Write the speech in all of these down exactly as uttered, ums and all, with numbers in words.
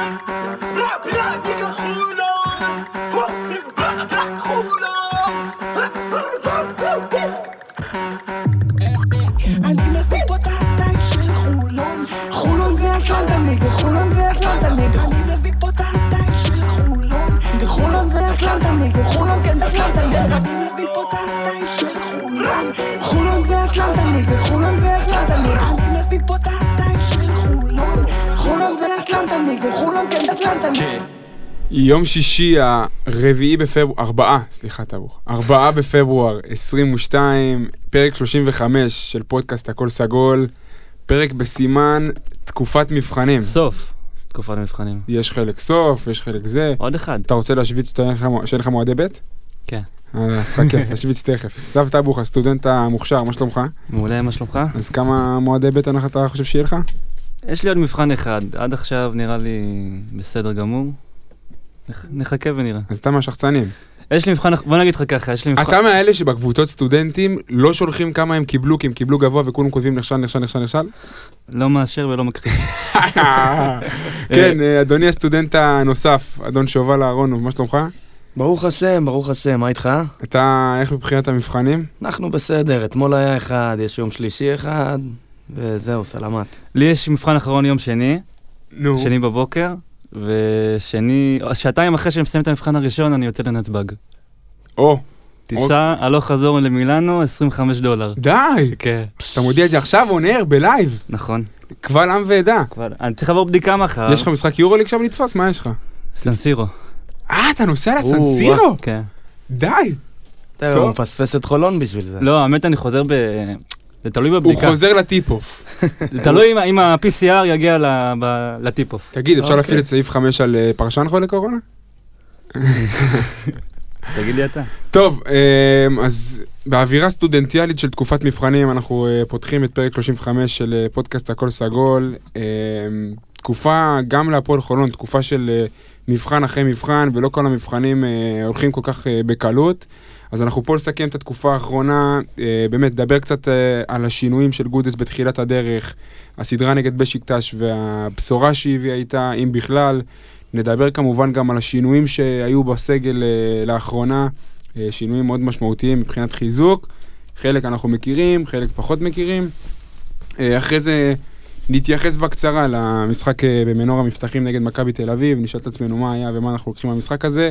אני מביא פה את הסטייל של חולון, חולון זה אטלנטה נגד, חולון זה אטלנטה נגד, אני מביא פה את הסטייל של חולון, חולון זה אטלנטה נגד, חולון כן זה אטלנטה נגד, אני מביא פה את הסטייל של חולון, חולון זה אטלנטה נגד, חולון זה אטלנטה נגד, אני מביא פה את הסטייל של חולון, חולון זה אטלנטה נגד, חולון כן זה אטלנטה נגד. יום שישי הרביעי בפברואר, ארבעה, סליחה תבוך, ארבעה בפברואר עשרים ושתיים, פרק שלושים וחמש של פודקאסט הכל סגול, פרק בסימן תקופת מבחנים. סוף תקופת מבחנים. יש חלק סוף, יש חלק זה. עוד אחד. אתה רוצה להשוויץ שאין לך מועדי ב'? כן. אז חכה, להשוויץ תכף. סתיו תבוך, הסטודנט המוכשר, מה שלומך? מעולה, מה שלומך? אז כמה מועדי ב' אתה חושב שיהיה לך? יש לי עוד מבחן אחד, עד עכשיו נראה לי בסדר גמור. נחכה ונראה. אז אתה מהשחצנים. יש לי מבחן, בוא נגיד לך ככה, יש לי מבחן... אתה מהאלה שבקבוצות סטודנטים לא שולחים כמה הם קיבלו, כי הם קיבלו גבוה וכולם כותבים נכשל, נכשל, נכשל, נכשל? לא מאשר ולא מכחיש. כן, אדוני הסטודנט הנוסף, אדון שובל אהרונוב, מה שלומך? ברוך השם, ברוך השם, מה איתך? אתה, איך מבחינת המבחנים? אנחנו בסדר, אתמול היה אחד, יש יום שלישי אחד, וזהו, סלמת. לי יש מבחן אחרון יום שני, נו. שני בבוקר, ושני, שעתיים אחרי שאני מסיים את המבחן הראשון, אני יוצא לנתב"ג. או. טיסה, הלוך חזור למילאנו, עשרים וחמישה דולר. די! כן. אתה מודיע את זה עכשיו או נער בלייב? נכון. קבל עם ועדה. אני צריך לעבור בדיקה מחר. יש לך משחק יורוליג שם נתפס? מה יש לך? סנסירו. אה, אתה נוסע לסנסירו? כן. די! תראה, הוא מפספס את חולון בשביל זה. לא, האמת אני חוזר ב... זה תלוי בבדיקה. הוא חוזר לטיפ-אוף. זה תלוי אם ה-פי סי אר יגיע לטיפ-אוף. תגיד, אפשר להפעיל את סעיף חמש על פרשן חולה קורונה? תגיד לי אתה. טוב, אז באווירה סטודנטיאלית של תקופת מבחנים, אנחנו פותחים את פרק שלושים וחמש של פודקאסט הכל סגול. תקופה, גם להפועל חולון, תקופה של מבחן אחרי מבחן, ולא כל המבחנים הולכים כל כך בקלות. אז אנחנו פה לסכם את התקופה האחרונה, באמת, לדבר קצת על השינויים של גודס בתחילת הדרך, הסדרה נגד בשיקטש והבשורה שהביאה איתה, אם בכלל. נדבר כמובן גם על השינויים שהיו בסגל לאחרונה, שינויים מאוד משמעותיים מבחינת חיזוק. חלק אנחנו מכירים, חלק פחות מכירים. אחרי זה נתייחס בקצרה למשחק במנור המבטחים נגד מכבי תל אביב, נשאל את עצמנו מה היה ומה אנחנו לוקחים במשחק הזה.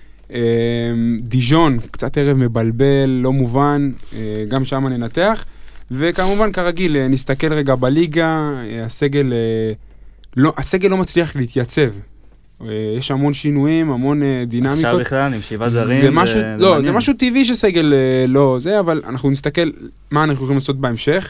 דיז'ון, קצת ערב מבלבל, לא מובן, גם שם ננתח. וכמובן כרגיל, נסתכל רגע בליגה, הסגל לא, הסגל לא מצליח להתייצב. יש המון שינויים, המון דינמיקות. עכשיו בכלל, עם שבעה זרים, זה משהו, לא, זה משהו טבעי שסגל לא זה, אבל אנחנו נסתכל מה אנחנו יכולים לעשות בהמשך.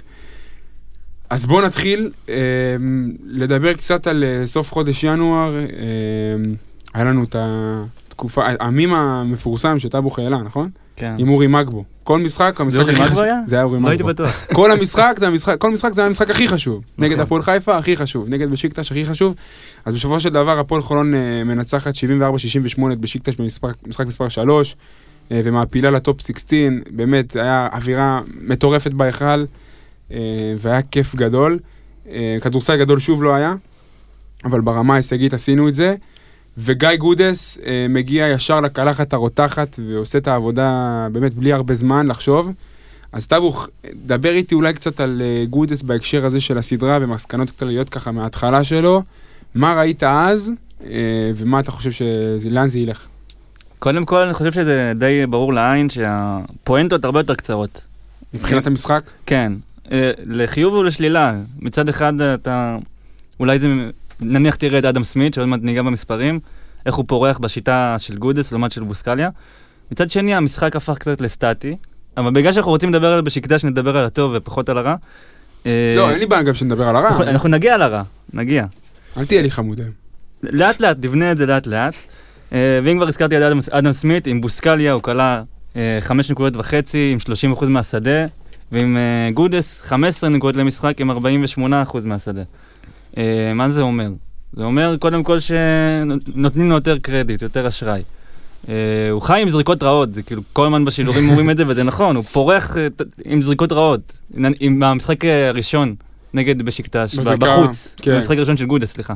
אז בואו נתחיל אה, לדבר קצת על סוף חודש ינואר. אה, היה לנו את התקופה, המים המפורסם שטאבוך העלה, נכון? כן. עם אורי מגבו. כל משחק, המשחק הכי חשוב. זה היה אורי מגבו. לא הייתי בטוח. כל המשחק, זה המשחק, כל משחק זה המשחק הכי חשוב. נגד הפועל חיפה, הכי חשוב. נגד בשיקטש, הכי חשוב. אז בסופו של דבר, הפועל חולון מנצחת שבעים וארבע שישים ושמונה בשיקטש במשחק מספר שלוש, ומעפילה לטופ שש עשרה. באמת, היה אווירה מטורפת בהיכל. והיה כיף גדול. כדורסל גדול שוב לא היה, אבל ברמה ההישגית עשינו את זה, וגיא גודס מגיע ישר לקלחת הרותחת, ועושה את העבודה באמת בלי הרבה זמן לחשוב. אז תבוך, דבר איתי אולי קצת על גודס בהקשר הזה של הסדרה, ומסקנות כלליות ככה מההתחלה שלו. מה ראית אז, ומה אתה חושב שלאן זה ילך? קודם כל, אני חושב שזה די ברור לעין, שהפואנטות הרבה יותר קצרות. מבחינת המשחק? כן. לחיוב ולשלילה. מצד אחד אתה, אולי זה, נניח תראה את אדם סמית, שעוד מעט ניגע במספרים, איך הוא פורח בשיטה של גודס, לעומת של בוסקליה. מצד שני, המשחק הפך קצת לסטטי, אבל בגלל שאנחנו רוצים לדבר על בשקדש, נדבר על הטוב ופחות על הרע. לא, אין לי בעיה גם שנדבר על הרע. אנחנו נגיע על הרע, נגיע. אל תהיה לי חמוד. לאט לאט, נבנה את זה לאט לאט. ואם כבר הזכרתי את אדם סמית, עם בוסקליה הוא קלה חמש נקודות וחצי, עם שלושים אחוז מהשדה, ועם uh, גודס, חמש עשרה נקודות למשחק עם ארבעים ושמונה אחוז מהשדה. Uh, מה זה אומר? זה אומר קודם כל שנותנים לו יותר קרדיט, יותר אשראי. Uh, הוא חי עם זריקות רעות, זה כאילו כל הזמן בשילורים אומרים את זה, וזה נכון, הוא פורח uh, עם זריקות רעות. עם המשחק הראשון נגד בשיקטש, בחוץ. כן. המשחק הראשון של גודס, סליחה.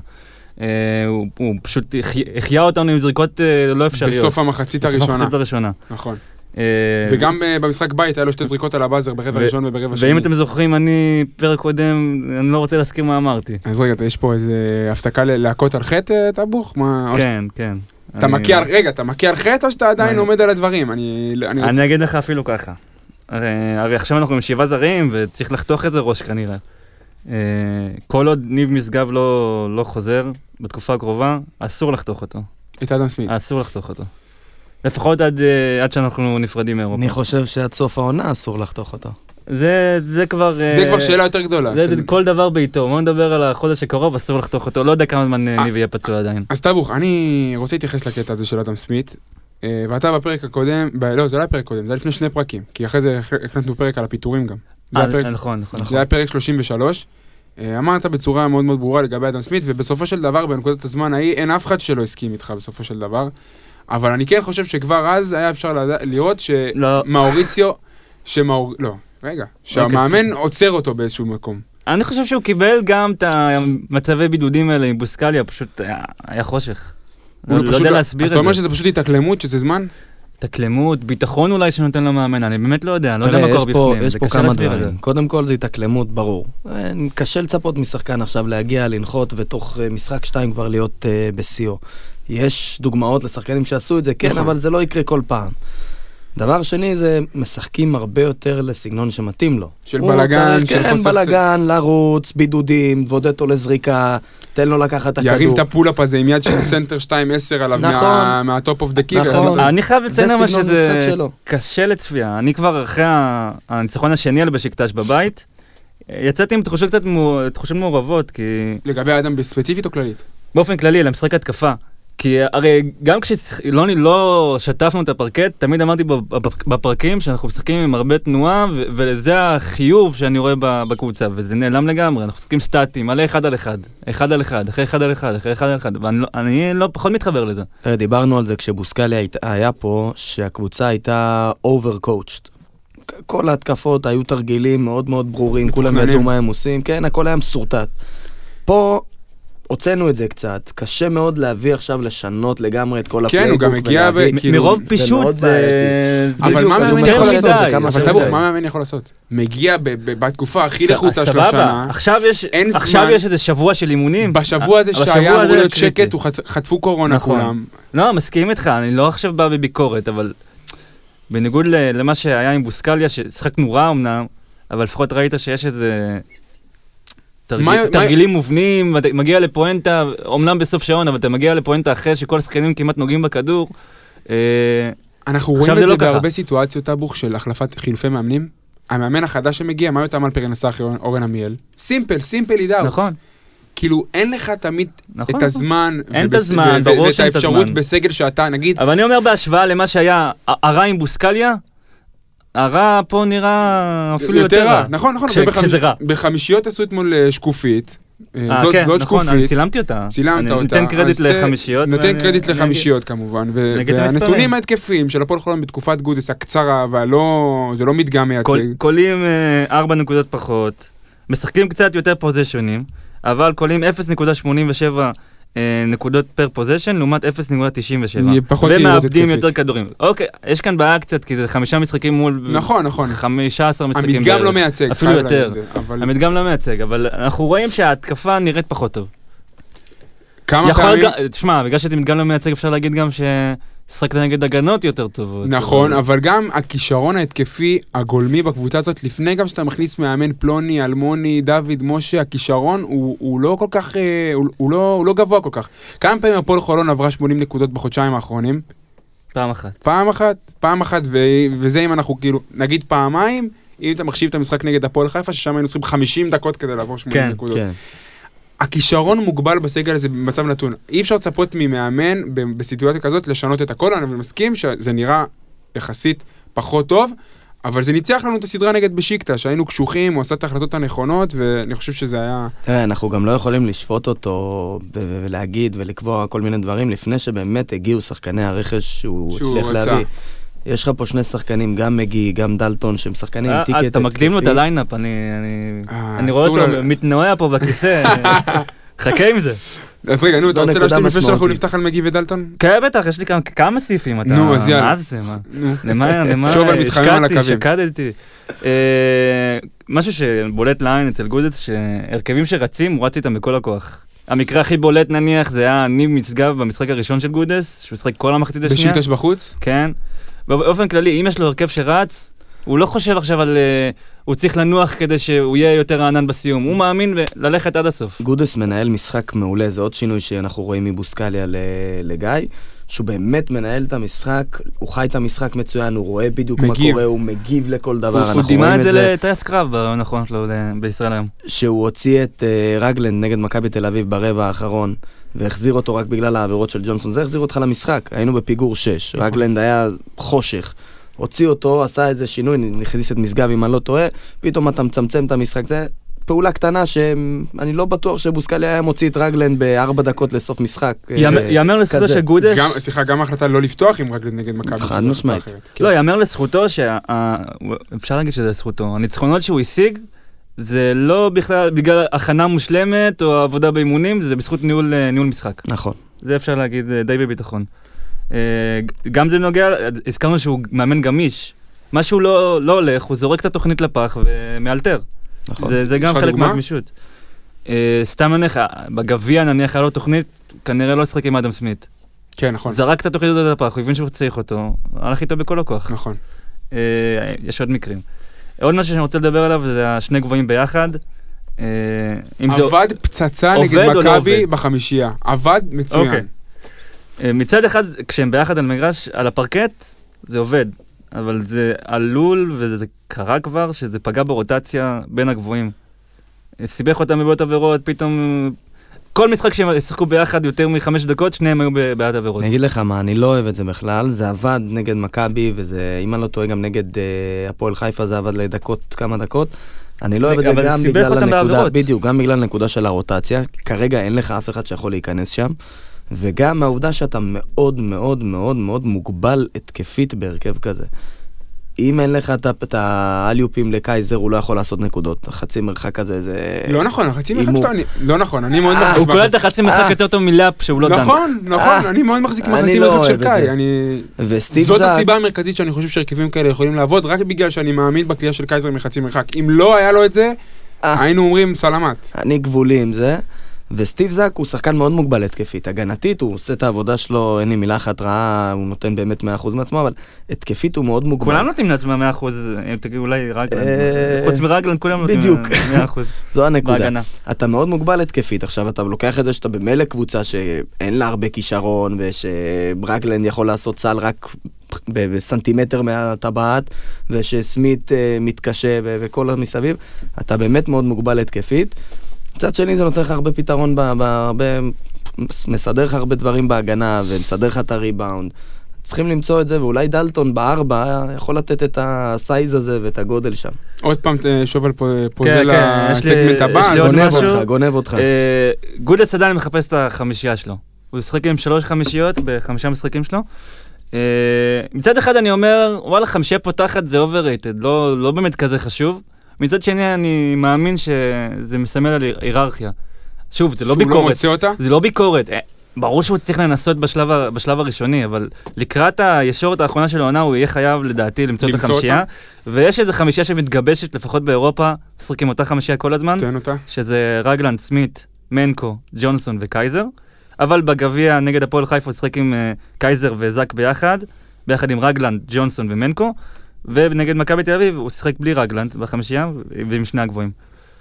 הוא פשוט החיה אותנו עם זריקות לא אפשריות. בסוף המחצית הראשונה. בסוף המחצית הראשונה. נכון. וגם במשחק בית היה לו שתי זריקות על הבאזר ברבע ראשון וברבע שני. ואם אתם זוכרים, אני פרק קודם, אני לא רוצה להזכיר מה אמרתי. אז רגע, יש פה איזה הפסקה להכות על חטא, טבוך? כן, כן. אתה מכה על, רגע, אתה מכה על חטא או שאתה עדיין עומד על הדברים? אני אגיד לך אפילו ככה. הרי עכשיו אנחנו עם שבעה זרים וצריך לחתוך את זה ראש כנראה. כל עוד ניב משגב לא חוזר בתקופה הקרובה, אסור לחתוך אותו. את אדם סמית. אסור לחתוך אותו. לפחות עד, עד שאנחנו נפרדים מאירופה. אני חושב שעד סוף העונה אסור לחתוך אותו. זה, זה כבר... זה כבר שאלה יותר גדולה. זה של... כל דבר בעיתו. בואו נדבר על החודש הקרוב, אסור לחתוך אותו. לא יודע כמה זמן ניב יהיה פצוע עדיין. אז טבוך, אני רוצה להתייחס לקטע הזה של אדם סמית, ואתה בפרק הקודם, ב... לא, זה לא היה פרק קודם, זה היה לפני שני פרקים, כי אחרי זה הקלטנו פרק על הפיטורים גם. אה, פרק... נכון, נכון. זה היה פרק שלושים ושלוש. אמרת בצורה מאוד מאוד ברורה לגבי אדם סמית, ובסופו של דבר, בנקודת הזמן ההיא, אין אף אחד שלא הסכים איתך בסופו של דבר. אבל אני כן חושב שכבר אז היה אפשר לראות שמאוריציו, שמאור... לא, רגע, שהמאמן עוצר אותו באיזשהו מקום. אני חושב שהוא קיבל גם את המצבי בידודים האלה עם בוסקליה, פשוט היה חושך. לא יודע להסביר את זה. אז אתה אומר שזה פשוט התאקלמות, שזה זמן? התאקלמות, ביטחון אולי שנותן למאמן, אני באמת לא יודע, לא יודע מקור בפנים. יש פה כמה דברים. קודם כל זה התאקלמות, ברור. קשה לצפות משחקן עכשיו להגיע, לנחות, ותוך משחק שתיים כבר להיות בסיו. יש דוגמאות לשחקנים שעשו את זה, כן, אבל זה לא יקרה כל פעם. דבר שני, זה משחקים הרבה יותר לסגנון שמתאים לו. של בלגן, של חוסר... כן, בלגן, לרוץ, בידודים, תבודד אותו לזריקה, תן לו לקחת את הכדור. ירים את הפולאפ הזה עם יד של סנטר שתיים עשר עליו מהטופ אוף דה קיל. אני חייב לציין מה שזה קשה לצפייה. אני כבר אחרי הניצחון השני על בשקטש בבית, יצאתי עם תחושות קצת תחושות מעורבות, כי... לגבי האדם בספציפית או כללית? באופן כללי, למשחק התקפה. כי הרי גם כשלא לא שטפנו את הפרקט, תמיד אמרתי בפרקים שאנחנו משחקים עם הרבה תנועה, וזה החיוב שאני רואה בקבוצה, וזה נעלם לגמרי, אנחנו משחקים סטטים, מלא אחד על אחד, אחד על אחד, אחרי אחד על אחד, אחרי אחד על אחד, ואני לא פחות מתחבר לזה. דיברנו על זה כשבוסקליה היה פה, שהקבוצה הייתה overcoached. כל ההתקפות היו תרגילים מאוד מאוד ברורים, כולם ידעו מה הם עושים, כן, הכל היה מסורטט. פה... הוצאנו את זה קצת, קשה מאוד להביא עכשיו לשנות לגמרי את כל הפלייבוק. כן, הוא גם הגיע מרוב פישוט זה... אבל מה מאמן יכול לעשות? אבל טבוך, מה מאמן יכול לעשות? מגיע בתקופה הכי לחוצה של השנה, עכשיו יש איזה שבוע של אימונים. בשבוע הזה שהיה אמור להיות שקט, הוא חטפו קורונה כולם. לא, מסכים איתך, אני לא עכשיו בא בביקורת, אבל בניגוד למה שהיה עם בוסקליה, ששחק נורא אמנם, אבל לפחות ראית שיש איזה... תרגילים מובנים, מגיע לפואנטה, אומנם בסוף שעון, אבל אתה מגיע לפואנטה אחרי שכל השחקנים כמעט נוגעים בכדור. אנחנו רואים את זה בהרבה סיטואציות, טבוך, של החלפת חילופי מאמנים. המאמן החדש שמגיע, מה יותר מלפרן נסח אורן עמיאל? סימפל, סימפל לידאוט. נכון. כאילו, אין לך תמיד את הזמן, אין את הזמן, ברור שאין את הזמן. ואת האפשרות בסגל שאתה, נגיד... אבל אני אומר בהשוואה למה שהיה הרע עם בוסקליה, הרע פה נראה אפילו יותר רע. נכון, נכון. כשזה רע. בחמישיות עשו אתמול שקופית. זאת שקופית. אני צילמתי אותה. צילמת אותה. נותן קרדיט לחמישיות. נותן קרדיט לחמישיות כמובן. והנתונים ההתקפיים של הפועל חולון בתקופת גודס הקצרה, וזה לא מדגם מייצג. קולים ארבע נקודות פחות. משחקים קצת יותר פוזישונים, אבל קולים אפס נקודה שמונים ושבע נקודות פר פוזיישן, לעומת אפס נקודה תשעים ושבע. ומאבדים יותר כדורים. אוקיי, יש כאן בעיה קצת, כי זה חמישה משחקים מול... נכון, נכון. חמישה עשר משחקים. המדגם לא מייצג. אפילו יותר. המדגם לא מייצג, אבל אנחנו רואים שההתקפה נראית פחות טוב. כמה פעמים... תשמע, בגלל שאתם מדגם לא מייצג, אפשר להגיד גם ששחקת נגד הגנות יותר טובות. נכון, אבל גם הכישרון ההתקפי הגולמי בקבוצה הזאת, לפני גם שאתה מכניס מאמן פלוני, אלמוני, דוד, משה, הכישרון הוא לא כל כך, הוא לא גבוה כל כך. כמה פעמים הפועל חולון עברה שמונים נקודות בחודשיים האחרונים? פעם אחת. פעם אחת, פעם אחת, וזה אם אנחנו כאילו, נגיד פעמיים, אם אתה מחשיב את המשחק נגד הפועל חיפה, ששם היינו צריכים חמישים דקות כדי לעבור שמונים נקודות. כן, כן. הכישרון מוגבל בסגל הזה במצב נתון. אי אפשר לצפות ממאמן בסיטואציה כזאת לשנות את הכל, אני מסכים שזה נראה יחסית פחות טוב, אבל זה ניצח לנו את הסדרה נגד בשיקטה, שהיינו קשוחים, הוא עשה את ההחלטות הנכונות, ואני חושב שזה היה... תראה, אנחנו גם לא יכולים לשפוט אותו ולהגיד ולקבוע כל מיני דברים, לפני שבאמת הגיעו שחקני הרכש שהוא הצליח להביא. יש לך פה שני שחקנים, גם מגי, גם דלטון, שהם שחקנים עם טיקט. אתה מקדים לו את הליינאפ, אני רואה אותו מתנועע פה בכיסא. חכה עם זה. אז רגע, נו, אתה רוצה להשלים לפני שאנחנו נפתח על מגי ודלטון? כן, בטח, יש לי כמה סעיפים. נו, אז יאללה. מה זה, מה? למה, למה? שוב על מתחמים על הקווים. שקדתי. משהו שבולט לעין אצל גודס, שהרכבים שרצים, הוא רץ איתם בכל הכוח. המקרה הכי בולט נניח, זה היה ניב מצגב במשחק הראשון של גודס, שהוא משחק כל המחצית השנייה. בשיטש בחוץ? כן. באופן כללי, אם יש לו הרכב שרץ, הוא לא חושב עכשיו על... הוא צריך לנוח כדי שהוא יהיה יותר הענן בסיום. הוא מאמין ללכת עד הסוף. גודס מנהל משחק מעולה, זה עוד שינוי שאנחנו רואים מבוסקליה לגיא, שהוא באמת מנהל את המשחק, הוא חי את המשחק מצוין, הוא רואה בדיוק מה קורה, הוא מגיב לכל דבר. הוא דימה את זה לטייס קרב, נכון שלו, בישראל היום. שהוא הוציא את רגלנד נגד מכבי תל אביב ברבע האחרון, והחזיר אותו רק בגלל העבירות של ג'ונסון. זה החזיר אותך למשחק, היינו בפיגור שש, רגלנד היה חושך. הוציא אותו, עשה איזה שינוי, נכניס את משגב אם אני לא טועה, פתאום אתה מצמצם את המשחק. זה פעולה קטנה שאני לא בטוח שבוסקליה היה מוציא את רגלנד בארבע דקות לסוף משחק. יאמר לזכותו של גודס... סליחה, גם ההחלטה לא לפתוח עם רגלנד נגד מכבי. חד משמעית. לא, יאמר לזכותו אפשר להגיד שזה לזכותו. הניצחונות שהוא השיג, זה לא בכלל בגלל הכנה מושלמת או עבודה באימונים, זה בזכות ניהול משחק. נכון. זה אפשר להגיד די בביטחון. גם זה נוגע, הזכרנו שהוא מאמן גמיש. משהו לא, לא הולך, הוא זורק את התוכנית לפח ומאלתר. נכון. זה, זה גם חלק מהגמישות. סתם נניח, בגביע נניח היה לו תוכנית, כנראה לא לשחק עם אדם סמית. כן, נכון. זרק את התוכנית הזאת לפח, הוא הבין שהוא צריך אותו, הלך איתו בכל הכוח. נכון. יש עוד מקרים. עוד משהו שאני רוצה לדבר עליו, זה השני גבוהים ביחד. עבד פצצה נגד מכבי בחמישייה. עבד מצוין. אוקיי. מצד אחד, כשהם ביחד על מגרש, על הפרקט, זה עובד. אבל זה עלול, וזה קרה כבר, שזה פגע ברוטציה בין הגבוהים. סיבך אותם בבעיות עבירות, פתאום... כל משחק שהם ישחקו ביחד יותר מחמש דקות, שניהם היו בבעיות עבירות. אני אגיד לך מה, אני לא אוהב את זה בכלל, זה עבד נגד מכבי, וזה, אם אני לא טועה, גם נגד הפועל חיפה, זה עבד לדקות, כמה דקות. אני לא אוהב את זה גם בגלל הנקודה, בדיוק, גם בגלל הנקודה של הרוטציה. כרגע אין לך אף אחד שיכול להיכנס שם. וגם מהעובדה שאתה מאוד מאוד מאוד מאוד מוגבל התקפית בהרכב כזה. אם אין לך את האליופים לקייזר, הוא לא יכול לעשות נקודות. החצי מרחק הזה זה... לא נכון, החצי מרחק שאתה... לא נכון, אני מאוד מחזיק... הוא כולל את החצי מרחק יותר טוב מלאפ שהוא לא דנק. נכון, נכון, אני מאוד מחזיק מהחצי מרחק של קאי. זאת הסיבה המרכזית שאני חושב שהרכבים כאלה יכולים לעבוד, רק בגלל שאני מאמין בקליעה של קייזר מחצי מרחק. אם לא היה לו את זה, היינו אומרים סלמת. אני גבולי עם זה. וסטיב זק הוא שחקן מאוד מוגבל התקפית. הגנתית, הוא עושה את העבודה שלו, אין לי מילה אחת רעה, הוא נותן באמת מאה אחוז מעצמו, אבל התקפית הוא מאוד מוגבל. כולם נותנים לעצמם מאה אחוז, אם תגידו אולי רגלן. חוץ מרגלן, כולם נותנים מאה אחוז. זו הנקודה. אתה מאוד מוגבל התקפית. עכשיו, אתה לוקח את זה שאתה במילא קבוצה שאין לה הרבה כישרון, ושרגלן יכול לעשות סל רק בסנטימטר מהטבעת, ושסמית מתקשה וכל המסביב. אתה באמת מאוד מוגבל התקפית. מצד שני זה נותן לך הרבה פתרון, מסדר לך הרבה דברים בהגנה, ומסדר לך את הריבאונד. צריכים למצוא את זה, ואולי דלטון בארבע יכול לתת את הסייז הזה ואת הגודל שם. עוד פעם שובל פוזל לסגמנט הבא. גונב אותך, גונב אותך. גודס עדיין מחפש את החמישייה שלו. הוא משחק עם שלוש חמישיות בחמישה משחקים שלו. מצד אחד אני אומר, וואלה, חמישייה פותחת זה overrated, לא באמת כזה חשוב. מצד שני, אני מאמין שזה מסמל על היררכיה. שוב, זה לא ביקורת. שהוא לא מוצא אותה? זה לא ביקורת. ברור שהוא צריך לנסות בשלב, בשלב הראשוני, אבל לקראת הישורת האחרונה של העונה, הוא יהיה חייב, לדעתי, למצוא את החמישייה. ויש איזו חמישייה שמתגבשת, לפחות באירופה, משחקים אותה חמישייה כל הזמן. תן אותה. שזה רגלנד, סמית, מנקו, ג'ונסון וקייזר. אבל בגביע נגד הפועל חיפה, שחק עם קייזר וזק ביחד, ביחד עם רגלנד, ג'ונסון ומנקו. ונגד מכבי תל אביב הוא שיחק בלי רגלנד בחמישייה ועם שני הגבוהים.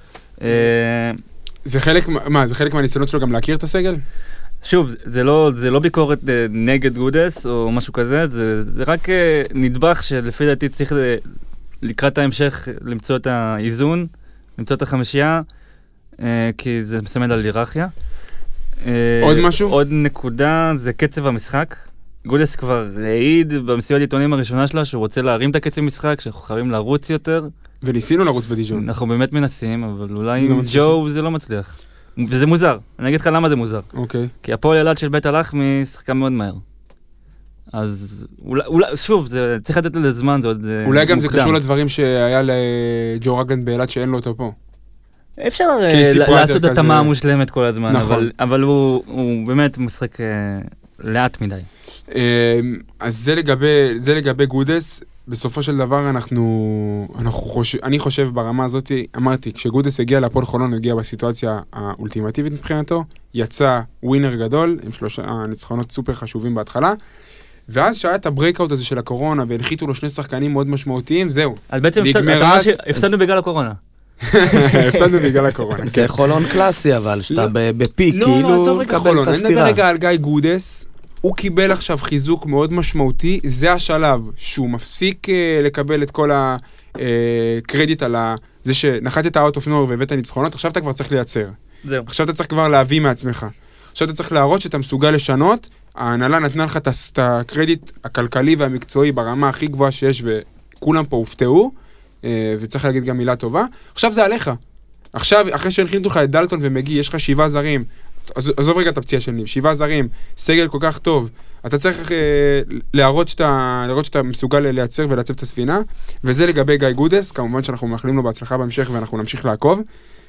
זה חלק, מה, זה חלק מהניסיונות שלו גם להכיר את הסגל? שוב, זה לא, זה לא ביקורת נגד גודס או משהו כזה, זה, זה רק נדבך שלפי דעתי צריך לקראת ההמשך למצוא את האיזון, למצוא את החמישייה, כי זה מסמל על היררכיה. עוד משהו? עוד נקודה זה קצב המשחק. גודס כבר העיד במסיבת עיתונים הראשונה שלה שהוא רוצה להרים את הקצב משחק, שאנחנו חייבים לרוץ יותר. וניסינו לרוץ בדיז'ון. אנחנו באמת מנסים, אבל אולי עם ג'ו זה לא מצליח. וזה מוזר. אני אגיד לך למה זה מוזר. אוקיי. כי הפועל ילד של בית הלחמי שחקה מאוד מהר. אז אולי, שוב, זה צריך לתת לזה זמן, זה עוד מוקדם. אולי גם זה קשור לדברים שהיה לג'ו רגלנד באילת שאין לו אותו פה. אפשר לעשות התאמה מושלמת כל הזמן, אבל הוא באמת משחק לאט מדי. אז זה לגבי גודס, בסופו של דבר אנחנו, אני חושב ברמה הזאת, אמרתי, כשגודס הגיע להפועל חולון, הוא הגיע בסיטואציה האולטימטיבית מבחינתו, יצא ווינר גדול, עם שלושה ניצחונות סופר חשובים בהתחלה, ואז שהיה את הברייקאוט הזה של הקורונה, והנחיתו לו שני שחקנים מאוד משמעותיים, זהו. אז בעצם הפסדנו בגלל הקורונה. הפסדנו בגלל הקורונה. זה חולון קלאסי, אבל שאתה בפיק, כאילו קבל את הסתירה. אני נדבר רגע על גיא גודס, הוא קיבל עכשיו חיזוק מאוד משמעותי, זה השלב שהוא מפסיק לקבל את כל הקרדיט על זה שנחת את האוט אוף נור והבאת ניצחונות, עכשיו אתה כבר צריך לייצר. זהו. עכשיו אתה צריך כבר להביא מעצמך. עכשיו אתה צריך להראות שאתה מסוגל לשנות, ההנהלה נתנה לך את הקרדיט הכלכלי והמקצועי ברמה הכי גבוהה שיש, וכולם פה הופתעו, וצריך להגיד גם מילה טובה. עכשיו זה עליך. עכשיו, אחרי שהנחילו לך את דלטון ומגי, יש לך שבעה זרים, עזוב רגע את הפציעה של ניב, שבעה זרים, סגל כל כך טוב, אתה צריך להראות שאתה, להראות שאתה מסוגל לייצר ולעצב את הספינה, וזה לגבי גיא גודס, כמובן שאנחנו מאחלים לו בהצלחה בהמשך ואנחנו נמשיך לעקוב.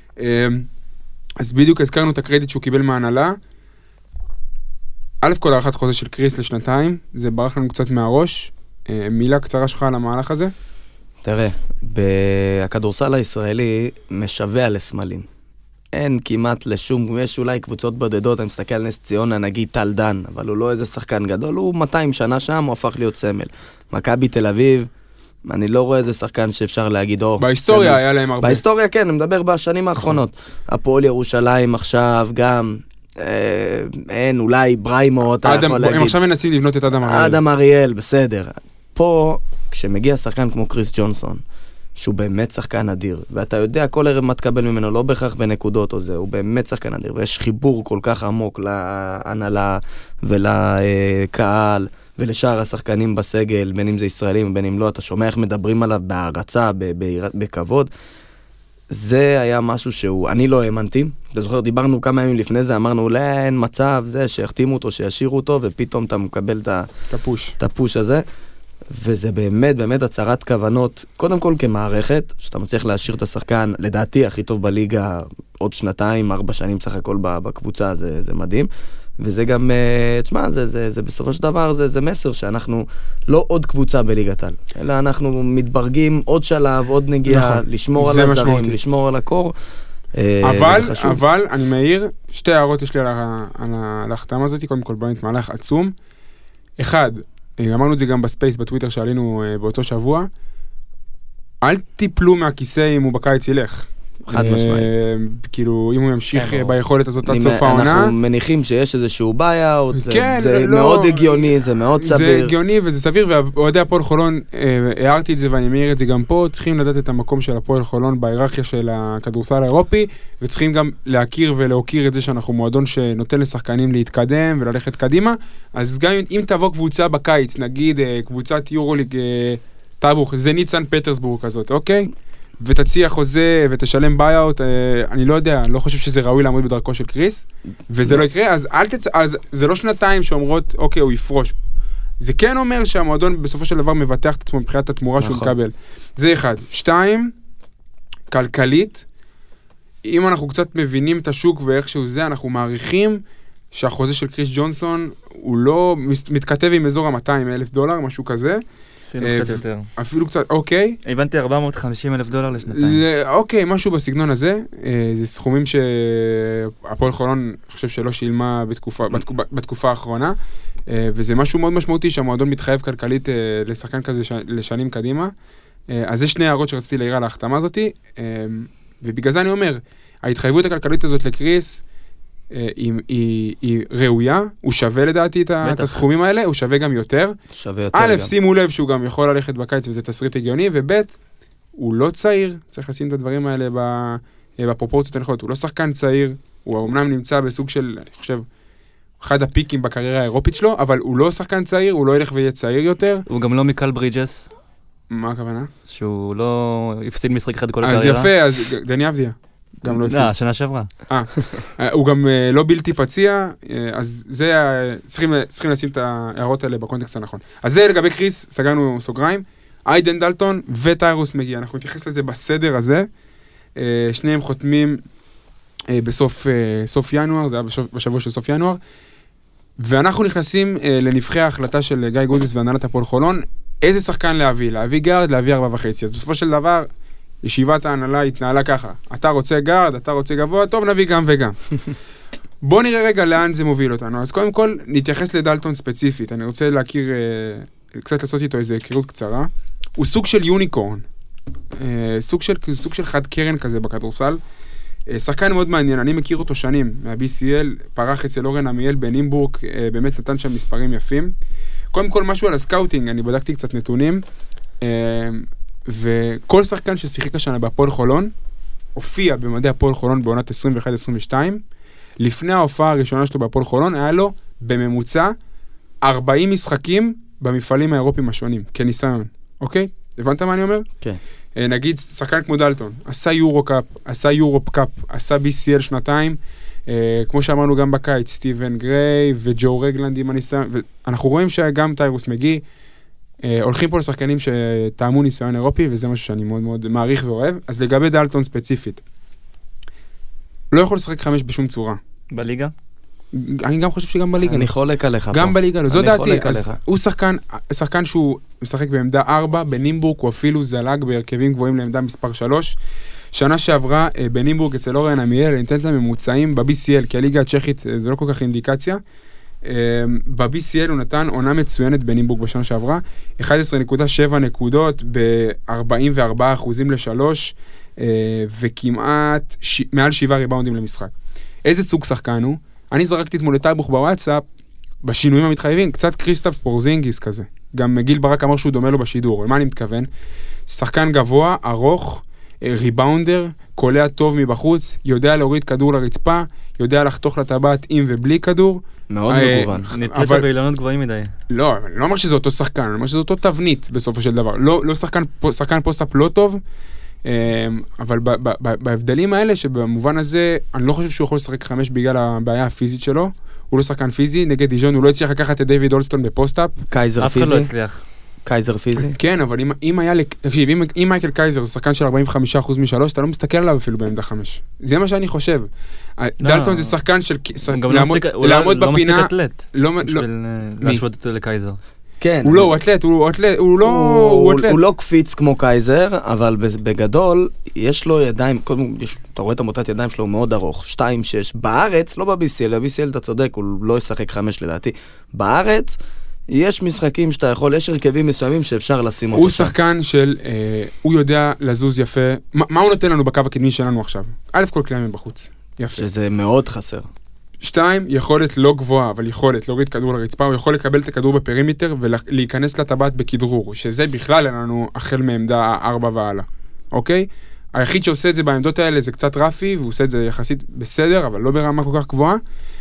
אז בדיוק הזכרנו את הקרדיט שהוא קיבל מההנהלה. א' כל הערכת חוזה של קריס לשנתיים, זה ברח לנו קצת מהראש. מילה קצרה שלך על המהלך הזה? תראה, בכדורסל הישראלי משווה לסמלים. אין כמעט לשום, יש אולי קבוצות בודדות, אני מסתכל על נס ציונה, נגיד טל דן, אבל הוא לא איזה שחקן גדול, הוא מאתיים שנה שם, הוא הפך להיות סמל. מכבי תל אביב, אני לא רואה איזה שחקן שאפשר להגיד, או... בהיסטוריה היה להם הרבה. בהיסטוריה כן, אני מדבר בשנים האחרונות. הפועל ירושלים עכשיו גם, אין, אולי בריימו, אתה יכול להגיד. הם עכשיו מנסים לבנות את אדם אריאל. אדם אריאל, בסדר. פה, כשמגיע שחקן כמו קריס ג'ונסון, שהוא באמת שחקן אדיר, ואתה יודע כל ערב מה תקבל ממנו, לא בהכרח בנקודות או זה, הוא באמת שחקן אדיר, ויש חיבור כל כך עמוק להנהלה ולקהל ולשאר השחקנים בסגל, בין אם זה ישראלים ובין אם לא, אתה שומע איך מדברים עליו בהערצה, בכבוד. זה היה משהו שהוא, אני לא האמנתי, אתה זוכר, דיברנו כמה ימים לפני זה, אמרנו, לא, אין מצב, זה, שיחתימו אותו, שישירו אותו, ופתאום אתה מקבל את הפוש הזה. וזה באמת, באמת הצהרת כוונות, קודם כל כמערכת, שאתה מצליח להשאיר את השחקן, לדעתי הכי טוב בליגה, עוד שנתיים, ארבע שנים סך הכל בקבוצה, זה, זה מדהים. וזה גם, תשמע, זה, זה, זה בסופו של דבר, זה, זה מסר שאנחנו לא עוד קבוצה בליגת העל, אלא אנחנו מתברגים עוד שלב, עוד נגיעה, נכון, לשמור על הזרים, משמעותי. לשמור על הקור. אבל, אבל, אני מעיר, שתי הערות יש לי על, על ההחתמה הזאת, קודם כל בוא נתמהלך עצום. אחד, אמרנו את זה גם בספייס, בטוויטר שעלינו באותו שבוע, אל תיפלו מהכיסא אם הוא בקיץ ילך. חד משמעית. כאילו, אם הוא ימשיך ביכולת הזאת עד סוף העונה. אנחנו מניחים שיש איזשהו בעיה, זה מאוד הגיוני, זה מאוד סביר. זה הגיוני וזה סביר, ואוהדי הפועל חולון, הערתי את זה ואני מעיר את זה גם פה, צריכים לדעת את המקום של הפועל חולון בהיררכיה של הכדורסל האירופי, וצריכים גם להכיר ולהוקיר את זה שאנחנו מועדון שנותן לשחקנים להתקדם וללכת קדימה, אז גם אם תבוא קבוצה בקיץ, נגיד קבוצת יורוליג טאבוך, זה ניצן פטרסבורג כזאת, אוקיי? ותציע חוזה ותשלם ביי-אוט, אני לא יודע, אני לא חושב שזה ראוי לעמוד בדרכו של קריס, וזה לא יקרה, אז אל תצ... אז זה לא שנתיים שאומרות, אוקיי, הוא יפרוש. זה כן אומר שהמועדון בסופו של דבר מבטח את עצמו מבחינת התמורה שהוא מקבל. זה אחד. שתיים, כלכלית, אם אנחנו קצת מבינים את השוק ואיך שהוא זה, אנחנו מעריכים שהחוזה של קריס ג'ונסון, הוא לא מתכתב עם אזור ה-מאתיים אלף דולר, משהו כזה, אפילו קצת יותר. אפילו קצת, אוקיי. הבנתי ארבע מאות וחמישים אלף דולר לשנתיים. אוקיי, משהו בסגנון הזה. זה סכומים שהפועל חולון, אני חושב שלא שילמה בתקופה האחרונה, וזה משהו מאוד משמעותי שהמועדון מתחייב כלכלית לשחקן כזה לשנים קדימה. אז זה שני הערות שרציתי להעיר על ההחתמה הזאת, ובגלל זה אני אומר, ההתחייבות הכלכלית הזאת לקריס, היא, היא, היא ראויה, הוא שווה לדעתי את, את הסכומים האלה, הוא שווה גם יותר. שווה יותר א', גם. שימו לב שהוא גם יכול ללכת בקיץ וזה תסריט הגיוני, וב', הוא לא צעיר, צריך לשים את הדברים האלה בפרופורציות הנכונות, הוא לא שחקן צעיר, הוא אמנם נמצא בסוג של, אני חושב, אחד הפיקים בקריירה האירופית שלו, אבל הוא לא שחקן צעיר, הוא לא ילך ויהיה צעיר יותר. הוא גם לא מקל ברידג'ס. מה הכוונה? שהוא לא יפסיד משחק אחד כל הקריירה. אז יפה, אז דני אבדיה. גם לא הפסיד. לא, שנה שעברה. אה, הוא גם לא בלתי פציע, אז זה, צריכים, צריכים לשים את ההערות האלה בקונטקסט הנכון. אז זה לגבי קריס, סגרנו סוגריים, איידן דלטון וטיירוס מגיע, אנחנו נתייחס לזה בסדר הזה, שניהם חותמים בסוף סוף ינואר, זה היה בשבוע של סוף ינואר, ואנחנו נכנסים לנבחי ההחלטה של גיא גודס והנהלת הפועל חולון, איזה שחקן להביא, להביא גארד, להביא ארבע וחצי. אז בסופו של דבר, ישיבת ההנהלה התנהלה ככה, אתה רוצה גארד, אתה רוצה גבוה, טוב נביא גם וגם. בוא נראה רגע לאן זה מוביל אותנו. אז קודם כל, נתייחס לדלטון ספציפית. אני רוצה להכיר, קצת לעשות איתו איזו היכרות קצרה. הוא סוג של יוניקורן. סוג של, סוג של חד קרן כזה בכדורסל. שחקן מאוד מעניין, אני מכיר אותו שנים, מה-בי סי אל, פרח אצל אורן עמיאל בנימבורג, באמת נתן שם מספרים יפים. קודם כל, משהו על הסקאוטינג, אני בדקתי קצת נתונים, וכל שחקן ששיחק השנה בהפועל חולון, הופיע במדי הפועל חולון בעונת עשרים ואחת עשרים ושתיים, לפני ההופעה הראשונה שלו בהפועל חולון, היה לו בממוצע ארבעים משחקים במפעלים האירופיים השונים, כניסיון. אוקיי? הבנת מה אני אומר? כן. נגיד, שחקן כמו דלטון, עשה יורו קאפ, עשה יורופ קאפ, עשה בי סי אל שנתיים, כמו שאמרנו גם בקיץ, סטיבן גריי וג'ו רגלנד עם הניסיון, ואנחנו רואים שגם טיירוס מגי, הולכים פה לשחקנים שטעמו ניסיון אירופי, וזה משהו שאני מאוד מאוד מעריך ואוהב. אז לגבי דלטון ספציפית, לא יכול לשחק חמש בשום צורה. בליגה? אני גם חושב שגם בליגה. אני חולק עליך פה. גם בליגה, לא. זו דעתי. הוא שחקן, שחקן שהוא משחק בעמדה ארבע, בנימבורג הוא אפילו זלג בהרכבים גבוהים לעמדה מספר שלוש. שנה שעברה בנימבורג אצל אורן עמיאל, ניתנת לממוצעים ב-בי סי אל, כי הליגה הצ'כית זה לא כל כך אינדיקציה. ב-בי סי אל הוא נתן עונה מצוינת בנימבורג בשנה שעברה, אחת עשרה נקודה שבע נקודות ב-ארבעים וארבעה אחוזים לשלוש, וכמעט מעל שבעה ריבאונדים למשחק. איזה סוג שחקן הוא? אני זרקתי אתמול לטייבוך בוואטסאפ, בשינויים המתחייבים, קצת קריסטף פורזינגיס כזה. גם גיל ברק אמר שהוא דומה לו בשידור. למה אני מתכוון? שחקן גבוה, ארוך, ריבאונדר, קולע טוב מבחוץ, יודע להוריד כדור לרצפה, יודע לחתוך לטבעת עם ובלי כדור. מאוד מגוון. נתלת באילנות גבוהים מדי. לא, אני לא אומר שזה אותו שחקן, אני אומר שזה אותו תבנית בסופו של דבר. לא, לא שחקן, שחקן פוסט-אפ לא טוב, אבל בהבדלים האלה, שבמובן הזה, אני לא חושב שהוא יכול לשחק חמש בגלל הבעיה הפיזית שלו. הוא לא שחקן פיזי, נגד דיז'ון, הוא לא הצליח לקחת את דיוויד אולסטון בפוסט-אפ. קייזר פיזי? אף אחד לא הצליח. קייזר פיזי? כן, אבל אם, אם היה, תקשיב, אם, אם מייקל קייזר זה שחקן של ארבעים וחמישה אחוז משלוש, אתה לא מסתכל עליו אפילו בעמדה חמש. זה מה שאני חושב. דלטון זה שחקן של, לעמוד בפינה, לא מספיק אתלט, בשביל להשוות אותו לקייזר. כן. הוא לא, הוא אתלט, הוא אתלט, הוא לא, הוא אתלט. הוא לא קפיץ כמו קייזר, אבל בגדול, יש לו ידיים, קודם, אתה רואה את המוטת ידיים שלו, הוא מאוד ארוך, שתיים שש. בארץ, לא ב-בי סי אל, ב-בי סי אל אתה צודק, הוא לא ישחק חמש לדעתי. בארץ, יש משחקים שאתה יכול, יש הרכבים מסוימים שאפשר לשים אותו. הוא שחקן של, אה, הוא יודע לזוז יפה. מה, מה הוא נותן לנו בקו הקדמי שלנו עכשיו? א' כל כלי מבחוץ. יפה. שזה מאוד חסר. שתיים, יכולת לא גבוהה, אבל יכולת להוריד כדור לרצפה, הוא יכול לקבל את הכדור בפרימטר ולהיכנס לטבעת בכדרור, שזה בכלל אין לנו החל מעמדה ארבע ועלה. אוקיי? היחיד שעושה את זה בעמדות האלה זה קצת רפי, והוא עושה את זה יחסית בסדר, אבל לא ברמה כל כך גבוהה.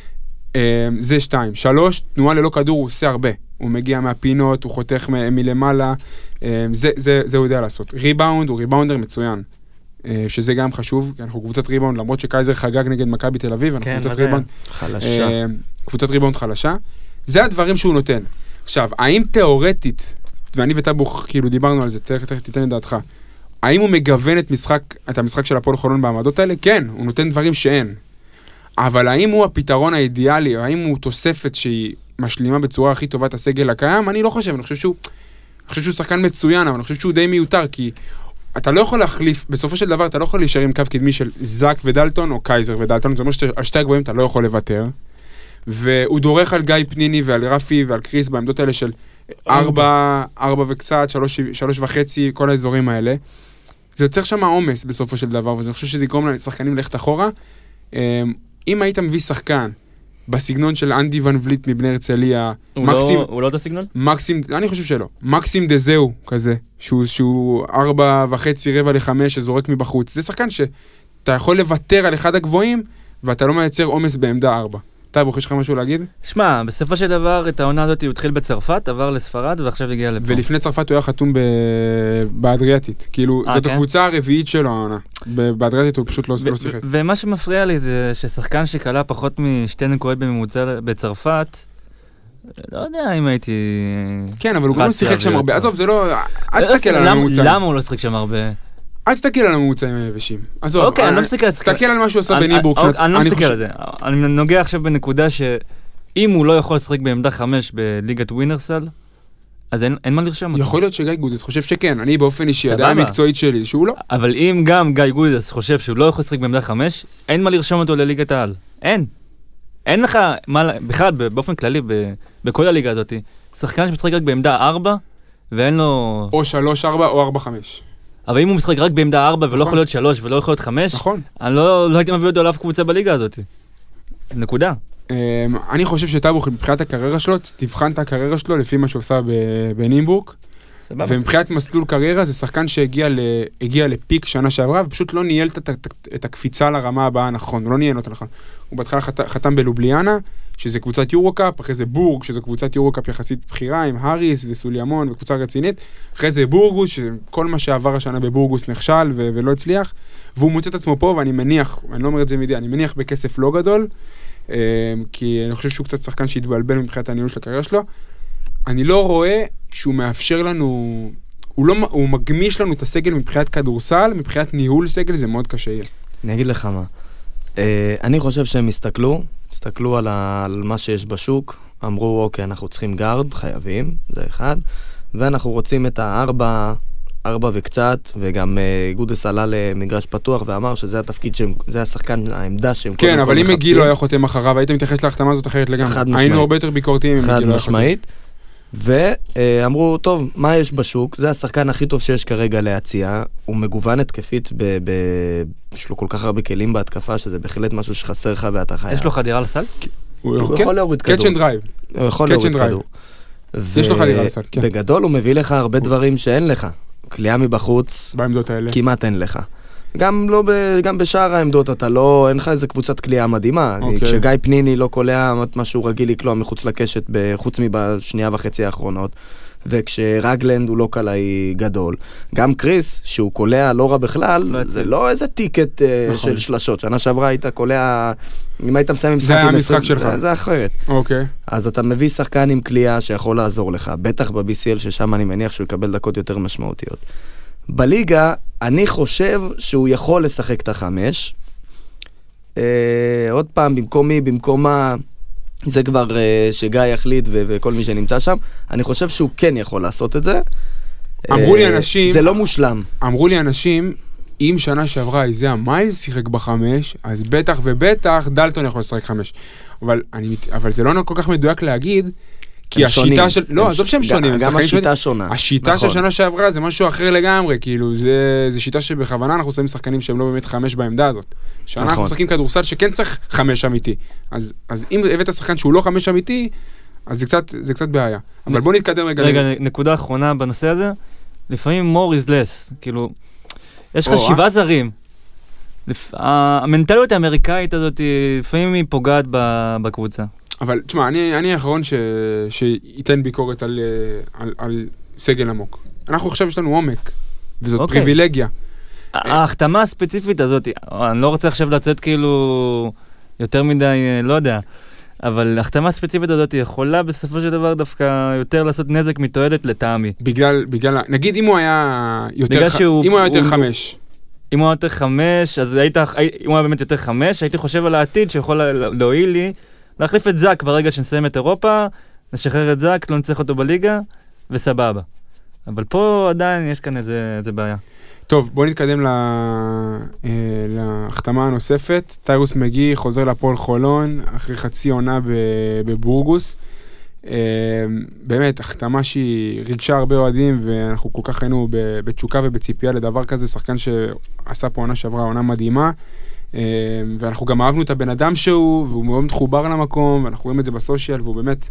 זה שתיים. שלוש, תנועה ללא כדור הוא עושה הרבה. הוא מגיע מהפינות, הוא חותך מ- מלמעלה, זה, זה, זה הוא יודע לעשות. ריבאונד, הוא ריבאונדר מצוין, שזה גם חשוב, כי אנחנו קבוצת ריבאונד, למרות שקייזר חגג נגד מכבי תל אביב, אנחנו כן, קבוצת ריבאונד חלשה. קבוצת ריבאונד חלשה. זה הדברים שהוא נותן. עכשיו, האם תיאורטית, ואני וטבוך כאילו דיברנו על זה, תכף תכף תיתן את דעתך, האם הוא מגוון את משחק, את המשחק של הפועל חולון בעמדות האלה? כן, הוא נותן דברים שאין. אבל האם הוא הפתרון האידיאלי, או האם הוא תוספת שהיא משלימה בצורה הכי טובה את הסגל הקיים? אני לא חושב, אני חושב שהוא, אני חושב שהוא שחקן מצוין, אבל אני חושב שהוא די מיותר, כי אתה לא יכול להחליף, בסופו של דבר אתה לא יכול להישאר עם קו קדמי של זק ודלטון, או קייזר ודלטון, זאת אומרת שעל שתי הגבוהים אתה לא יכול לוותר, והוא דורך על גיא פניני ועל רפי ועל קריס בעמדות האלה של ארבע, ארבע וקצת, שלוש, שלוש וחצי, כל האזורים האלה. זה יוצר שם עומס בסופו של דבר, ואני חושב שזה יגרום לשחקנים ללכת אחורה. אם היית מביא שחקן בסגנון של אנדי ון וליט מבני הרצליה, מקסים... הוא לא אותו סגנון? מקסים, אני חושב שלא. מקסים דזהו כזה, שהוא ארבע וחצי, רבע לחמש, שזורק מבחוץ. זה שחקן שאתה יכול לוותר על אחד הגבוהים, ואתה לא מייצר עומס בעמדה ארבע. טייבוך, יש לך משהו להגיד? שמע, בסופו של דבר, את העונה הזאת הוא התחיל בצרפת, עבר לספרד, ועכשיו הגיע לפה. ולפני צרפת הוא היה חתום באדריאטית. כאילו, זאת הקבוצה הרביעית שלו, העונה. באדריאטית הוא פשוט לא שיחק. ומה שמפריע לי זה ששחקן שקלה פחות משתי נקודות בממוצע בצרפת, לא יודע אם הייתי... כן, אבל הוא גם לא שיחק שם הרבה. עזוב, זה לא... אל תסתכל על הממוצע. למה הוא לא שיחק שם הרבה? אל תסתכל על הממוצעים היבשים. עזוב, אוקיי, אני לא מסתכל על זה. תסתכל על מה שהוא עשה בניבורג. אני לא מסתכל על זה. אני נוגע עכשיו בנקודה שאם הוא לא יכול לשחק בעמדה חמש בליגת ווינרסל, אז אין מה לרשום אותו. יכול להיות שגיא גודס חושב שכן, אני באופן אישי, הדעה המקצועית שלי, שהוא לא. אבל אם גם גיא גודס חושב שהוא לא יכול לשחק בעמדה חמש, אין מה לרשום אותו לליגת העל. אין. אין לך, בכלל, באופן כללי, בכל הליגה הזאת, שחקן שמשחק רק בעמדה ארבע, ואין לו... או שלוש ארבע או ארבע חמש. אבל אם הוא משחק רק בעמדה ארבע, ולא יכול להיות שלוש, ולא יכול להיות חמש, אני לא הייתי מביא אותו לאף קבוצה בליגה הזאת. נקודה. אני חושב שטאבוך, מבחינת הקריירה שלו, תבחן את הקריירה שלו לפי מה שהוא עושה בנימבורג, ומבחינת מסלול קריירה, זה שחקן שהגיע לפיק שנה שעברה, ופשוט לא ניהל את הקפיצה לרמה הבאה נכון, הוא לא ניהל אותה נכון. הוא בהתחלה חתם בלובליאנה, שזה קבוצת יורוקאפ, אחרי זה בורג, שזה קבוצת יורוקאפ יחסית בחירה, עם האריס וסוליאמון, וקבוצה רצינית, אחרי זה בורגוס, שכל מה שעבר השנה בבורגוס נכשל ו- ולא הצליח, והוא מוצא את עצמו פה, ואני מניח, אני לא אומר את זה מידי, אני מניח בכסף לא גדול, כי אני חושב שהוא קצת שחקן שהתבלבל מבחינת הניהול של הקריירה שלו. אני לא רואה שהוא מאפשר לנו, הוא, לא, הוא מגמיש לנו את הסגל מבחינת כדורסל, מבחינת ניהול סגל, זה מאוד קשה יהיה. אני אגיד לך מה. אני חושב שהם הסתכלו, הסתכלו על, ה, על מה שיש בשוק, אמרו, אוקיי, אנחנו צריכים גארד, חייבים, זה אחד, ואנחנו רוצים את הארבע, ארבע וקצת, וגם uh, גודס עלה למגרש פתוח ואמר שזה התפקיד, שהם, זה השחקן, העמדה שהם כן, קודם כל מחפשים. כן, אבל אם מגילו היה חותם אחריו, היית מתייחס להחתמה הזאת אחרת לגמרי. היינו הרבה יותר ביקורתיים אם מגילו היה חותם. חד משמעית. ואמרו, טוב, מה יש בשוק? זה השחקן הכי טוב שיש כרגע להציע, הוא מגוון התקפית, ב- ב- יש לו כל כך הרבה כלים בהתקפה, שזה בהחלט משהו שחסר לך ואתה חייב. יש לו חדירה לסל? הוא יכול להוריד כדור. קאץ' אנד דרייב. הוא יכול להוריד כדור. יש לו חדירה לסל, כן. בגדול הוא מביא לך הרבה דברים שאין לך. קליעה מבחוץ, בעמדות האלה. כמעט אין לך. גם לא ב, גם בשאר העמדות אתה לא, אין לך איזה קבוצת קליעה מדהימה. Okay. כשגיא פניני לא קולע מה שהוא רגיל לקלוע מחוץ לקשת, חוץ מבשנייה וחצי האחרונות, וכשרגלנד הוא לא קלעי גדול. גם קריס, שהוא קולע לא רע בכלל, לא זה לא איזה טיקט נכון. של שלשות. שנה שעברה היית קולע, אם היית מסיים עם זה היה המשחק שלך. זה, זה אחרת. אוקיי. Okay. אז אתה מביא שחקן עם קליעה שיכול לעזור לך, בטח ב-בי סי אל ששם אני מניח שהוא יקבל דקות יותר משמעותיות. בליגה, אני חושב שהוא יכול לשחק את החמש. אה, עוד פעם, במקום מי, במקום מה, זה כבר אה, שגיא יחליט ו- וכל מי שנמצא שם. אני חושב שהוא כן יכול לעשות את זה. אמרו לי אנשים... זה לא מושלם. אמרו לי אנשים, אם שנה שעברה איזה המיילס שיחק בחמש, אז בטח ובטח דלטון יכול לשחק חמש. אבל, אני, אבל זה לא כל כך מדויק להגיד, כי השיטה של... לא, עזוב שהם שונים. גם השיטה שונה. השיטה של שנה שעברה זה משהו אחר לגמרי, כאילו, זה שיטה שבכוונה אנחנו שמים שחקנים שהם לא באמת חמש בעמדה הזאת. שנה אנחנו משחקים כדורסל שכן צריך חמש אמיתי. אז אם הבאת שחקן שהוא לא חמש אמיתי, אז זה קצת בעיה. אבל בוא נתקדם רגע. רגע, נקודה אחרונה בנושא הזה. לפעמים more is less. כאילו, יש לך שבעה זרים. המנטליות האמריקאית הזאת, לפעמים היא פוגעת בקבוצה. אבל, תשמע, אני, אני האחרון ש, שייתן ביקורת על, על, על סגל עמוק. אנחנו עכשיו יש לנו עומק, וזאת okay. פריבילגיה. ההחתמה הספציפית הזאת, אני לא רוצה עכשיו לצאת כאילו יותר מדי, לא יודע, אבל ההחתמה הספציפית הזאת יכולה בסופו של דבר דווקא יותר לעשות נזק מתועדת לטעמי. בגלל, בגלל, נגיד אם הוא היה יותר, ח... שהוא, אם הוא היה יותר הוא, חמש. אם הוא היה יותר חמש, אז היית, אם הוא היה באמת יותר חמש, הייתי חושב על העתיד שיכול להועיל לי, להחליף את זק ברגע שנסיים את אירופה, נשחרר את זק, לא נצטרך אותו בליגה, וסבבה. אבל פה עדיין יש כאן איזה, איזה בעיה. טוב, בואו נתקדם לה, אה, להחתמה הנוספת. טיירוס מגי חוזר לפועל חולון, אחרי חצי עונה בבורגוס. אה, באמת, החתמה שהיא ריגשה הרבה אוהדים, ואנחנו כל כך היינו בתשוקה ובציפייה לדבר כזה, שחקן שעשה פה עונה שעברה, עונה מדהימה. ואנחנו גם אהבנו את הבן אדם שהוא, והוא מאוד מתחובר למקום, ואנחנו רואים את זה בסושיאל, והוא באמת...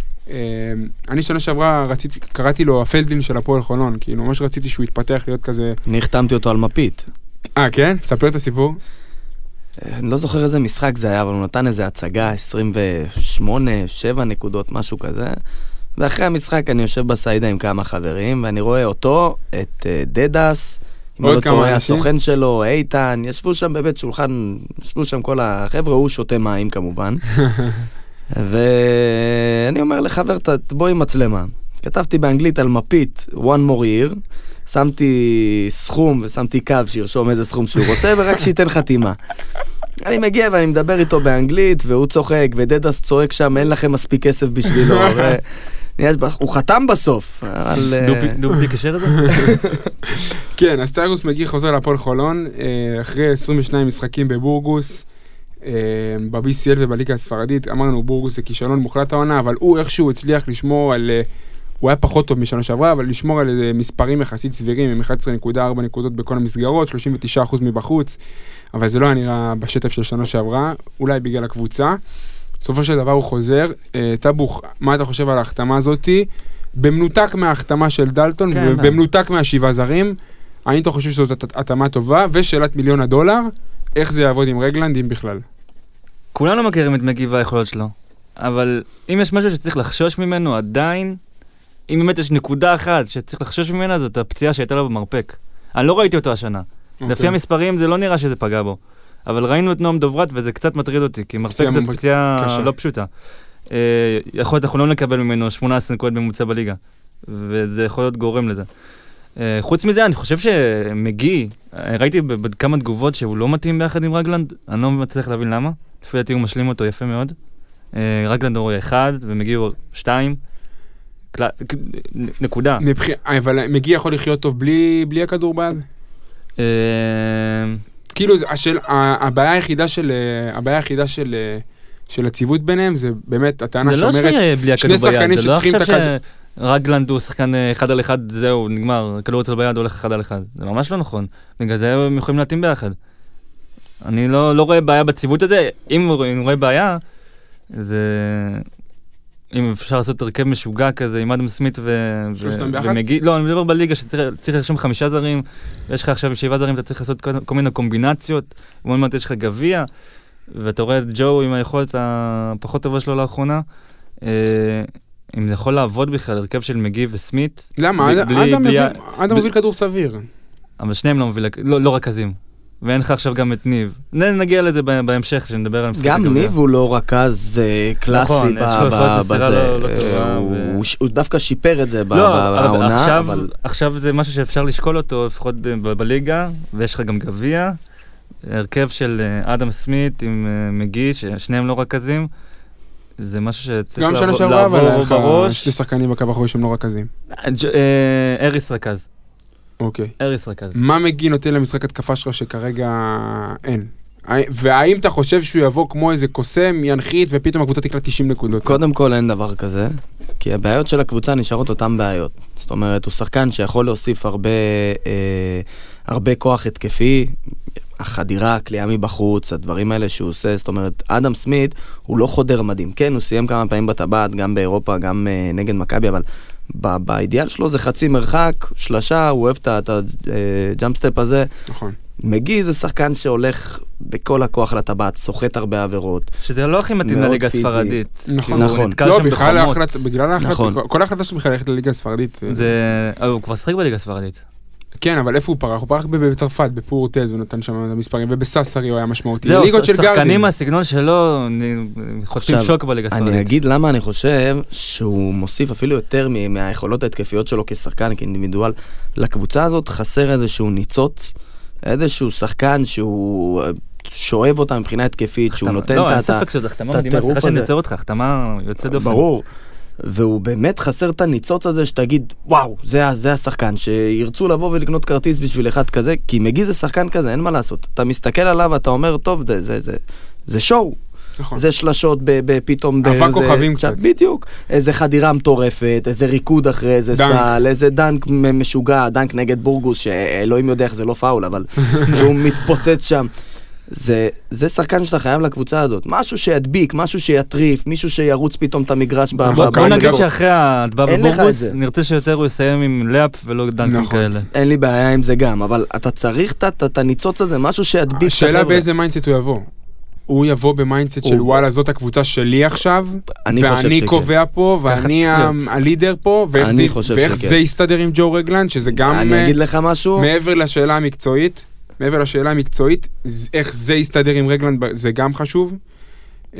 אני שנה שעברה רציתי, קראתי לו הפלדלין של הפועל חולון, כי ממש רציתי שהוא יתפתח להיות כזה... אני החתמתי אותו על מפית. אה, כן? ספר את הסיפור. אני לא זוכר איזה משחק זה היה, אבל הוא נתן איזה הצגה, עשרים ושמונה, שבע נקודות, משהו כזה. ואחרי המשחק אני יושב בסיידה עם כמה חברים, ואני רואה אותו, את דדס, עם אותו היה הסוכן שלו, איתן, ישבו שם בבית שולחן, ישבו שם כל החבר'ה, הוא שותה מים כמובן. ואני אומר לחבר, בוא עם מצלמה. כתבתי באנגלית על מפית, one more year, שמתי סכום ושמתי קו שירשום איזה סכום שהוא רוצה, ורק שייתן חתימה. אני מגיע ואני מדבר איתו באנגלית, והוא צוחק, ודדס צועק שם, אין לכם מספיק כסף בשבילו. הוא חתם בסוף. דופי קשר את זה? כן, אז טיירוס מגי חוזר להפועל חולון, אחרי עשרים ושניים משחקים בבורגוס, ב-בי סי אל ובליגה הספרדית. אמרנו, בורגוס זה כישלון מוחלט העונה, אבל הוא איכשהו הצליח לשמור על... הוא היה פחות טוב משנה שעברה, אבל לשמור על מספרים יחסית סבירים, עם אחת עשרה נקודה ארבע נקודות בכל המסגרות, שלושים ותשעה אחוז מבחוץ, אבל זה לא היה נראה בשטף של שנה שעברה, אולי בגלל הקבוצה. בסופו של דבר הוא חוזר. טבוך, מה אתה חושב על ההחתמה הזאת? במנותק מההחתמה של דלטון, כן, ובמנותק מהשבעה זרים, האם אתה חושב שזאת התאמה טובה? ושאלת מיליון הדולר, איך זה יעבוד עם רגלנד, אם בכלל? כולנו מכירים את מגי והיכולות שלו, אבל אם יש משהו שצריך לחשוש ממנו עדיין, אם באמת יש נקודה אחת שצריך לחשוש ממנה, זאת הפציעה שהייתה לו במרפק. אני לא ראיתי אותו השנה. Okay. לפי המספרים זה לא נראה שזה פגע בו. אבל ראינו את נועם דוברת וזה קצת מטריד אותי, כי מרפק זאת פציעה קשה. לא פשוטה. אה, יכול להיות אנחנו לא נקבל ממנו שמונה עשרה נקודות ממוצע בליגה, וזה יכול להיות גורם לזה. אה, חוץ מזה, אני חושב שמגי, ראיתי בכמה תגובות שהוא לא מתאים ביחד עם רגלנד, אני לא מצליח להבין למה. לפי דעתי הוא משלים אותו יפה מאוד. אה, רגלנד הוא אחד ומגי הוא שתיים. נקודה. אבל מגי יכול לחיות טוב בלי הכדור ביד? כאילו, הבעיה היחידה של הבעיה היחידה של הציוות ביניהם, זה באמת הטענה שאומרת, זה לא שיהיה בלי הכדור ביד, זה לא עכשיו שרגלנד הוא שחקן אחד על אחד, זהו, נגמר, כדור אצל ביד הולך אחד על אחד. זה ממש לא נכון. בגלל זה הם יכולים להתאים ביחד. אני לא רואה בעיה בציוות הזה. אם הוא רואה בעיה, זה... אם אפשר לעשות הרכב משוגע כזה עם אדם סמית ומגי, לא, אני מדבר בליגה שצריך לרשום חמישה זרים, ויש לך עכשיו שבעה זרים, אתה צריך לעשות כל מיני קומבינציות, ומאוד מעט יש לך גביע, ואתה רואה את ג'ו עם היכולת הפחות טובה שלו לאחרונה, אם זה יכול לעבוד בכלל, הרכב של מגי וסמית. למה? אדם מוביל כדור סביר. אבל שניהם לא מוביל, לא רכזים. ואין לך עכשיו גם את ניב. נגיע לזה בהמשך, שנדבר על המשחק. גם ניב הוא לא רכז קלאסי בזה. הוא דווקא שיפר את זה בעונה. עכשיו זה משהו שאפשר לשקול אותו, לפחות בליגה, ויש לך גם גביע. הרכב של אדם סמית עם מגי, ששניהם לא רכזים. זה משהו שצריך לעבור בראש. יש לי שחקנים בקו האחורי שהם לא רכזים. אריס רכז. אוקיי. אריס רכז. מה מגי נותן למשחק התקפה שלך שכרגע אין? והאם אתה חושב שהוא יבוא כמו איזה קוסם, ינחית, ופתאום הקבוצה תקלע תשעים נקודות? קודם כל אין דבר כזה, כי הבעיות של הקבוצה נשארות אותן בעיות. זאת אומרת, הוא שחקן שיכול להוסיף הרבה, אה, הרבה כוח התקפי, החדירה, הקליעה מבחוץ, הדברים האלה שהוא עושה. זאת אומרת, אדם סמית הוא לא חודר מדהים. כן, הוא סיים כמה פעמים בטבעת, גם באירופה, גם אה, נגד מכבי, אבל... באידיאל שלו זה חצי מרחק, שלשה, הוא אוהב את הג'אמפסטפ הזה. נכון. מגי זה שחקן שהולך בכל הכוח לטבעת, סוחט הרבה עבירות. שזה לא הכי מתאים לליגה הספרדית. נכון. נכון. לא, בכלל ההחלטה, בגלל ההחלטה, כל ההחלטה שלו בכלל ללכת לליגה הספרדית. זה, הוא כבר שחק בליגה הספרדית. כן, אבל איפה הוא פרח? הוא פרח בצרפת, בפורטז, ונתן שם המספרים, ובססרי הוא היה משמעותי. זהו, שחקנים מהסגנון שלו, חוטפים שוק בליגה הספרדית. אני אגיד למה אני חושב שהוא מוסיף אפילו יותר מהיכולות ההתקפיות שלו כשחקן, כאינדיבידואל. לקבוצה הזאת חסר איזשהו ניצוץ, איזשהו שחקן שהוא שואב אותה מבחינה התקפית, שהוא נותן את הטירוף הזה. לא, אין ספק שזו החתמה מדהימה, סליחה שאני יוצר אותך, החתמה יוצא דופן. ברור. והוא באמת חסר את הניצוץ הזה שתגיד, וואו, זה, זה השחקן, שירצו לבוא ולקנות כרטיס בשביל אחד כזה, כי מגי זה שחקן כזה, אין מה לעשות. אתה מסתכל עליו, אתה אומר, טוב, זה, זה, זה, זה שואו. נכון. זה שלשות פתאום... אבק כוכבים קצת. בדיוק. איזה חדירה מטורפת, איזה ריקוד אחרי איזה סל, איזה דנק משוגע, דנק נגד בורגוס, שאלוהים יודע איך זה לא פאול, אבל שהוא מתפוצץ שם. זה, זה שחקן שאתה חייב לקבוצה הזאת. משהו שידביק, משהו שיטריף, מישהו שירוץ פתאום את המגרש. בוא נגיד שאחרי הדבר בבורגוס, נרצה שיותר הוא יסיים עם לאפ ולא דנקים כאלה. אין לי בעיה עם זה גם, אבל אתה צריך את הניצוץ הזה, משהו שידביק. השאלה באיזה מיינדסט הוא יבוא. הוא יבוא במיינדסט של וואלה, זאת הקבוצה שלי עכשיו, ואני קובע פה, ואני הלידר פה, ואיך זה יסתדר עם ג'ו רגלנד, שזה גם מעבר לשאלה המקצועית. מעבר לשאלה המקצועית, איך זה יסתדר עם רגלנד, זה גם חשוב. אז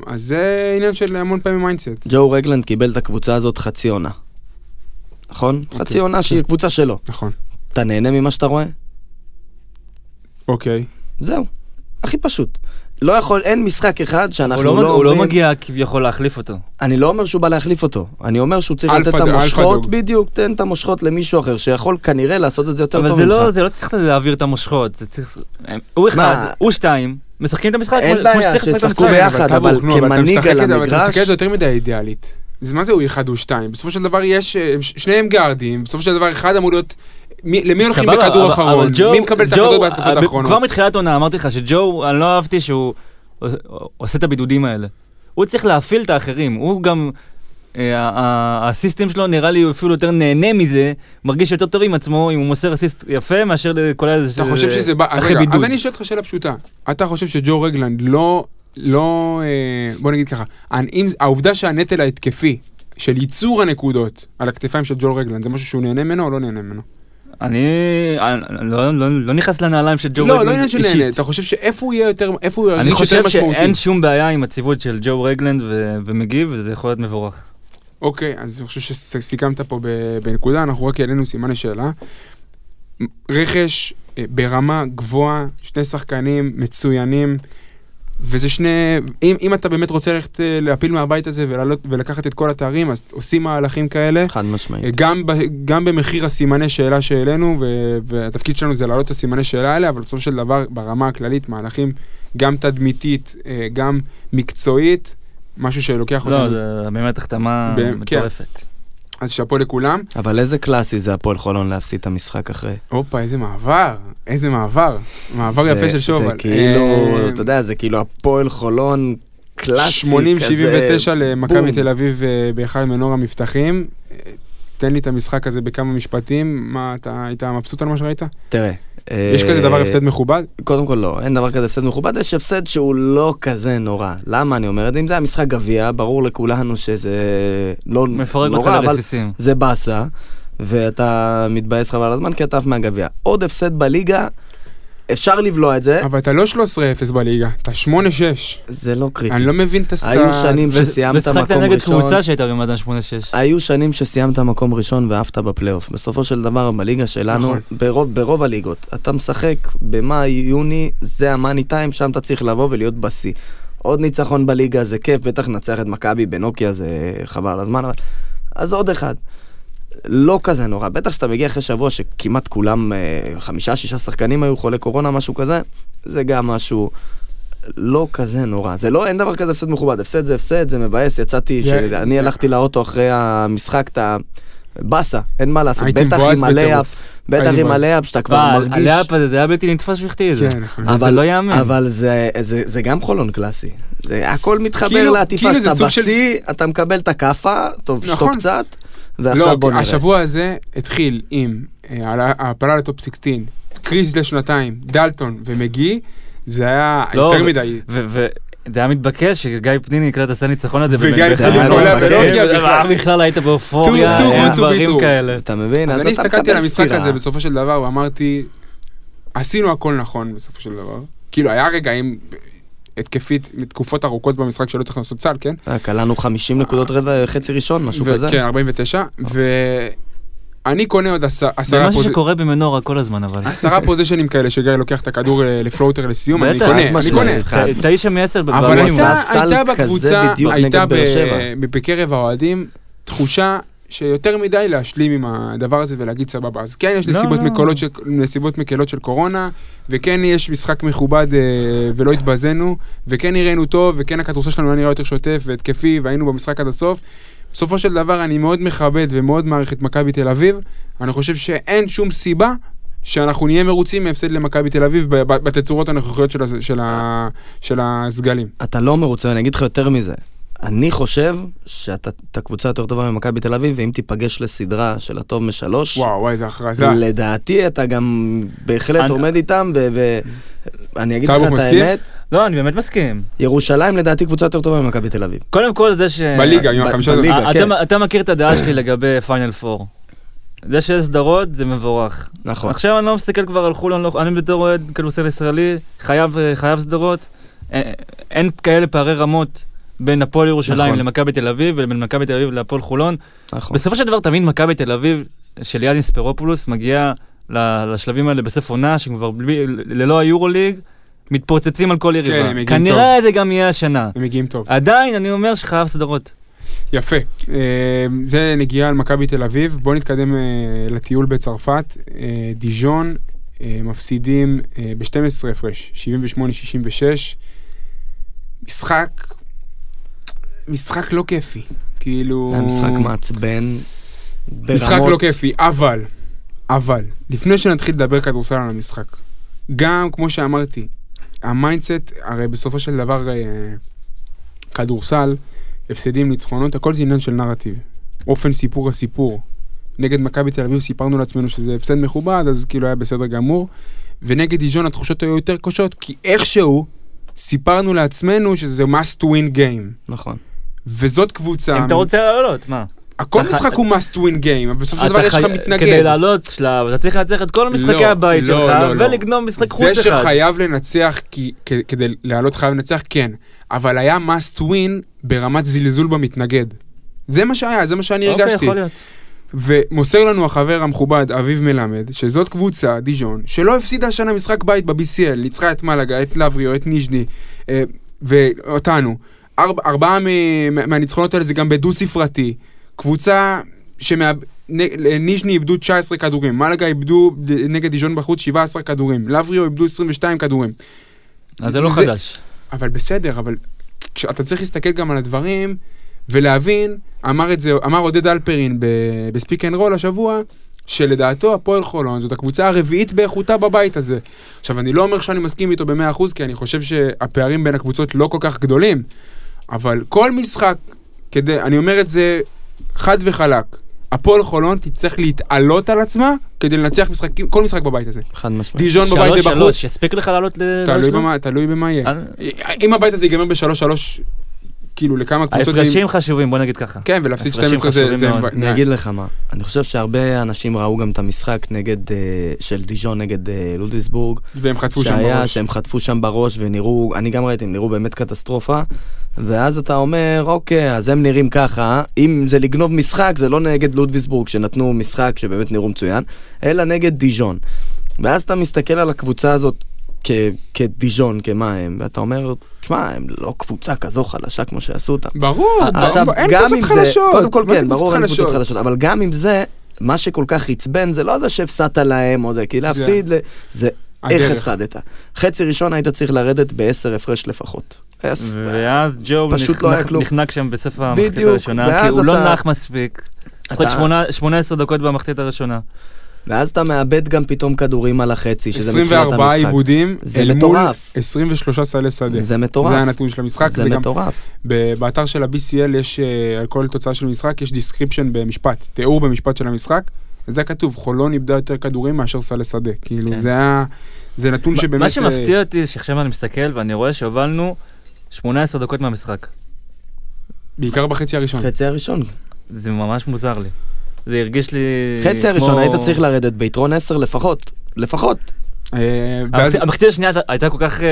זה עניין של המון פעמים מיינדסט. ג'ו רגלנד קיבל את הקבוצה הזאת חצי עונה. נכון? חצי עונה שהיא קבוצה שלו. נכון. אתה נהנה ממה שאתה רואה? אוקיי. זהו, הכי פשוט. לא יכול, אין משחק אחד שאנחנו לא אומרים... הוא לא מגיע כביכול להחליף אותו. אני לא אומר שהוא בא להחליף אותו. אני אומר שהוא צריך לתת את המושכות, בדיוק, תן את המושכות למישהו אחר, שיכול כנראה לעשות את זה יותר טוב ממך. אבל זה לא צריך להעביר את המושכות, זה צריך... הוא אחד, הוא שתיים, משחקים את המשחק אין בעיה, ששחקו ביחד, אבל כמנהיג על המגרש... אבל אתה מסתכל את זה יותר מדי אידיאלית. מה זה הוא אחד או שתיים? בסופו של דבר יש, שניהם גארדים, בסופו של דבר אחד אמור להיות... למי הולכים בכדור האחרון? מי מקבל את החלטות בהתקפות האחרונות? כבר מתחילת עונה אמרתי לך שג'ו, אני לא אהבתי שהוא עושה את הבידודים האלה. הוא צריך להפעיל את האחרים. הוא גם, הסיסטם שלו נראה לי אפילו יותר נהנה מזה, מרגיש יותר טוב עם עצמו, אם הוא מוסר אסיסט יפה, מאשר לכל איזה... אתה חושב שזה בא... אז אני אשאל אותך שאלה פשוטה. אתה חושב שג'ו רגלנד לא... לא... בוא נגיד ככה. העובדה שהנטל ההתקפי של ייצור הנקודות על הכתפיים של ג'ו רגלנד, זה משהו שהוא נהנה ממנו או לא נהנה ממנו? אני לא נכנס לנעליים של ג'ו רגלנד אישית. לא, לא עניין של נהנה. אתה חושב שאיפה הוא יהיה יותר, איפה הוא ירגיש יותר משמעותי? אני חושב שאין שום בעיה עם הציוות של ג'ו רגלנד ומגיב, וזה יכול להיות מבורך. אוקיי, אז אני חושב שסיכמת פה בנקודה, אנחנו רק העלינו סימני שאלה. רכש ברמה גבוהה, שני שחקנים מצוינים, וזה שני, אם, אם אתה באמת רוצה ללכת להפיל מהבית הזה ולעלות, ולקחת את כל התארים, אז עושים מהלכים כאלה. חד משמעית. גם, גם במחיר הסימני שאלה שאלינו, ו, והתפקיד שלנו זה להעלות את הסימני שאלה האלה, אבל בסופו של דבר, ברמה הכללית, מהלכים גם תדמיתית, גם מקצועית, משהו שלוקח לא, אותנו. לא, זה באמת החתמה מטורפת. כן. אז שפו לכולם. אבל איזה קלאסי זה הפועל חולון להפסיד את המשחק אחרי? אופה, איזה מעבר, איזה מעבר. מעבר יפה של שובל. זה כאילו, אתה יודע, זה כאילו הפועל חולון קלאסי כזה. שמונים שבעים ותשע למכבי תל אביב באחד מנור המבטחים. תן לי את המשחק הזה בכמה משפטים. מה, אתה היית מבסוט על מה שראית? תראה. יש כזה דבר הפסד מכובד? קודם כל לא, אין דבר כזה הפסד מכובד, יש הפסד שהוא לא כזה נורא. למה אני אומר את זה? אם זה המשחק גביע, ברור לכולנו שזה לא נורא, אבל זה בסה, ואתה מתבאס חבל על הזמן כי אתה עף מהגביע. עוד הפסד בליגה, אפשר לבלוע את זה. אבל אתה לא שלוש אפס בליגה, אתה שמונה שש. זה לא קריטי. אני לא מבין את הסטאר. היו שנים שסיימת מקום ראשון. ושחקת נגד קבוצה שהייתה במדען שמונה שש. היו שנים שסיימת מקום ראשון ואהבת בפלייאוף. בסופו של דבר בליגה שלנו, ברוב, ברוב הליגות, אתה משחק במאי, יוני, זה המאני טיים, שם אתה צריך לבוא ולהיות בסי. עוד ניצחון בליגה, זה כיף, בטח נצח את מכבי בנוקיה, זה חבל על הזמן, אבל... אז עוד אחד. לא כזה נורא, בטח שאתה מגיע אחרי שבוע שכמעט כולם, חמישה, שישה שחקנים היו חולי קורונה, משהו כזה, זה גם משהו לא כזה נורא. זה לא, אין דבר כזה הפסד מכובד, הפסד זה הפסד, זה מבאס, יצאתי, שאני הלכתי לאוטו אחרי המשחק, אתה בסה, אין מה לעשות, בטח עם הלאפ, בטח עם הלאפ, שאתה כבר מרגיש... הלאפ הזה, זה היה בלתי נתפס שכתי את זה. אבל לא יאמן. אבל זה גם חולון קלאסי. הכל מתחבר לעטיפה שאתה בסי, אתה מקבל את הכאפה, טוב, שתוק קצת. לא, השבוע הזה התחיל עם ההפלה לטופ שש עשרה, קריס לשנתיים, דלטון ומגי, זה היה יותר מדי. וזה היה מתבקש שגיא פניני יקלט עשה ניצחון הזה. וגיא פניני קולע בלוקיה. בכלל היית באופוריה, דברים כאלה. אתה מבין? אז אני הסתכלתי על המשחק הזה בסופו של דבר, ואמרתי, עשינו הכל נכון בסופו של דבר. כאילו, היה רגעים... התקפית, מתקופות ארוכות במשחק שלא צריך לעשות צל, כן? קלענו חמישים נקודות רבע, חצי ראשון, משהו כזה. כן, ארבעים ותשע, ואני קונה עוד עשרה... זה משהו שקורה במנורה כל הזמן, אבל... עשרה פוזישנים כאלה, שגיא לוקח את הכדור לפלוטר לסיום, אני קונה, אני קונה. תשע מעשר בבאים. אבל הייתה בקבוצה, הייתה בקרב האוהדים, תחושה שיותר מדי להשלים עם הדבר הזה ולהגיד סבבה. אז כן יש נסיבות מקלות של קורונה, וכן יש משחק מכובד ולא התבזנו, וכן נראינו טוב, וכן הכדורסל שלנו היה נראה יותר שוטף והתקפי, והיינו במשחק עד הסוף. בסופו של דבר אני מאוד מכבד ומאוד מעריך את מכבי תל אביב. אני חושב שאין שום סיבה שאנחנו נהיה מרוצים מהפסד למכבי תל אביב בתצורות הנוכחיות של הסגלים. אתה לא מרוצה, אני אגיד לך יותר מזה. אני חושב שאתה הקבוצה יותר טובה ממכבי תל אביב, ואם תיפגש לסדרה של הטוב משלוש, וואו, וואי, זה הכרזה. לדעתי אתה גם בהחלט עומד איתם, ואני אגיד לך את האמת. לא, אני באמת מסכים. ירושלים לדעתי קבוצה יותר טובה ממכבי תל אביב. קודם כל זה ש... בליגה, עם החמישה... אתה מכיר את הדעה שלי לגבי פיינל פור. זה שיש סדרות, זה מבורך. נכון. עכשיו אני לא מסתכל כבר על חולון, אני בתור אוהד כדורסל ישראלי, חייב סדרות. אין כאלה פערי רמות בין הפועל ירושלים למכבי תל אביב, ובין מכבי תל אביב להפועל חולון. בסופו של דבר תמיד מכבי תל אביב של יאניס ספרופולוס מגיעה לשלבים האלה בסוף עונה, שכבר ללא היורוליג, מתפוצצים על כל יריבה. כן, כנראה זה גם יהיה השנה. הם מגיעים טוב. עדיין, אני אומר שחייב סדרות. יפה. זה נגיעה על מכבי תל אביב. בואו נתקדם לטיול בצרפת. דיז'ון מפסידים ב-שתים עשרה הפרש, שבעים ושמונה שישים ושש. משחק, משחק לא כיפי. כאילו... זה משחק מעצבן ברמות. משחק לא כיפי, אבל, אבל, לפני שנתחיל לדבר כדורסל על המשחק, גם, כמו שאמרתי, המיינדסט, הרי בסופו של דבר, כדורסל, הפסדים, ניצחונות, הכל זה עניין של נרטיב. אופן סיפור הסיפור. נגד מכבי תל אביב סיפרנו לעצמנו שזה הפסד מכובד, אז כאילו היה בסדר גמור. ונגד דיז'ון התחושות היו יותר קשות, כי איכשהו סיפרנו לעצמנו שזה must win game. נכון. וזאת קבוצה... אם אתה רוצה לעלות, מה? הכל משחק הוא must win game, אבל בסוף של דבר יש לך מתנגד. כדי לעלות שלב, אתה צריך להצליח את כל המשחקי הבית שלך, ולגנום משחק חוץ אחד. זה שחייב לנצח, כדי לעלות חייב לנצח, כן. אבל היה must win ברמת זלזול במתנגד. זה מה שהיה, זה מה שאני הרגשתי. אוקיי, יכול להיות. ומוסר לנו החבר המכובד, אביב מלמד, שזאת קבוצה, דיז'ון, שלא הפסידה השנה משחק בית ב-בי סי אל, ניצחה את מלאגה, את לבריו, את ניז'ני, ואותנו. ארבעה מהניצחונות האלה זה גם בדו ספרתי. קבוצה שניז'ני איבדו תשע עשרה כדורים, מלאגה איבדו נגד דיז'ון בחוץ שבע עשרה כדורים, לבריו איבדו עשרים ושתיים כדורים. אז זה לא חדש. אבל בסדר, אבל אתה צריך להסתכל גם על הדברים, ולהבין, אמר את זה, אמר עודד אלפרין בספיק אנד רול השבוע, שלדעתו הפועל חולון זאת הקבוצה הרביעית באיכותה בבית הזה. עכשיו, אני לא אומר שאני מסכים איתו ב-מאה אחוז, כי אני חושב שהפערים בין הקבוצות לא כל כך גדולים, אבל כל משחק, כדי, אני אומר את זה חד וחלק, הפועל חולון תצטרך להתעלות על עצמה, כדי לנצח משחקים, כל משחק בבית הזה. חד משמעית. דיז'ון בבית ובחוץ. שלוש, שלוש, יספיק לך לעלות ל... תלוי במה יהיה. אם הבית הזה ייגמר בשלוש שלוש, כאילו לכמה קבוצות... ההפרשים חשובים, בוא נגיד ככה. כן, ולהפסיד שתים עשרה זה... אני אגיד לך מה, אני חושב שהרבה אנשים ראו גם את המשחק נגד, של דיז'ון נגד לודוויסבורג. והם חטפו שם בראש. שהם חטפו שם בראש ונראו, אני גם ראיתי, הם נראו באמת קטסטרופה. ואז אתה אומר, אוקיי, אז הם נראים ככה, אם זה לגנוב משחק, זה לא נגד לודוויסבורג, שנתנו משחק שבאמת נראו מצוין, אלא נגד דיז'ון. ואז אתה מסתכל על הקבוצה הזאת, כדיז'ון, כמה הם, ואתה אומר, תשמע, הם לא קבוצה כזו חלשה כמו שעשו אותם. ברור, אין קבוצות חלשות. קודם כל כן, ברור אין קבוצות חלשות, אבל גם עם זה, מה שכל כך יצבן, זה לא זה שהפסדת להם, או זה, כי להפסיד, זה איך הפסדת. חצי ראשון היית צריך לרדת בעשר הפרש לפחות. ואז ג'ו נחנק שם בסוף המחצית הראשונה, כי הוא לא נח מספיק. אחרי שמונה עשרה דקות במחצית הראשונה. ואז אתה מאבד גם פתאום כדורים על החצי, שזה מתחילת המשחק. עשרים וארבעה עיבודים, זה מטורף. עשרים ושלושה סלי שדה. זה מטורף. זה הנתון של המשחק. זה מטורף. באתר של ה-בי סי אל יש, על כל תוצאה של משחק, יש דיסקריפשן במשפט, תיאור במשפט של המשחק, וזה כתוב, חולון איבדה יותר כדורים מאשר סלי שדה. כאילו, זה היה, זה נתון שבאמת... מה שמפתיע אותי, שעכשיו אני מסתכל, ואני רואה שהובלנו שמונה עשרה דקות מהמשחק. בעיקר בחצי הראשון. חצי הראשון. זה ממש מוזר לי. זה הרגיש לי... חצי הראשון, היית צריך לרדת ביתרון עשר לפחות. לפחות. המחצית השנייה הייתה כל כך...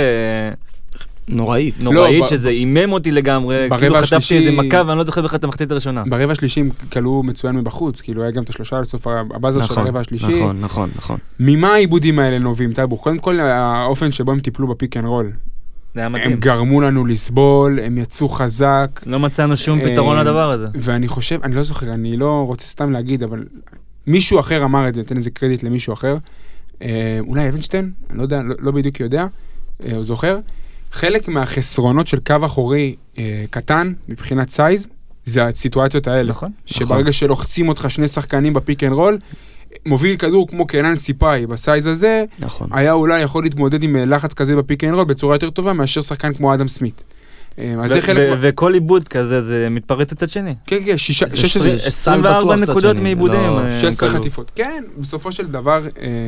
נוראית. נוראית, שזה אימם אותי לגמרי. כאילו חטפתי איזה מכה, ואני לא זוכר בכלל את המחצית הראשונה. ברבע השלישי הם קלו מצוין מבחוץ, כאילו היה גם את השלושה לסוף הבאזר של הרבע השלישי. נכון, נכון, נכון. ממה העיבודים האלה נובעים, טייבוך? קודם כל, האופן שבו הם טיפלו בפיק אנד רול. הם גרמו לנו לסבול, הם יצאו חזק. לא מצאנו שום פתרון לדבר הזה. ואני חושב, אני לא זוכר, אני לא רוצה סתם להגיד, אבל מישהו אחר אמר את זה, נתן איזה קרדיט למישהו אחר. אולי אבנשטיין, אני לא יודע, לא בדיוק יודע, או זוכר. חלק מהחסרונות של קו אחורי קטן, מבחינת סייז, זה הסיטואציות האלה. נכון. שברגע שלוחצים אותך שני שחקנים בפיק אנד רול, מוביל כדור כמו קנן סיפאי בסייז הזה, נכון. היה אולי יכול להתמודד עם לחץ כזה בפיק אנד רול בצורה יותר טובה מאשר שחקן כמו אדם סמית. וכל עיבוד כזה זה מתפרץ את השני. כן, כן, עשרים וארבע נקודות מעיבודים. שש עשרה חטיפות. כן, בסופו של דבר,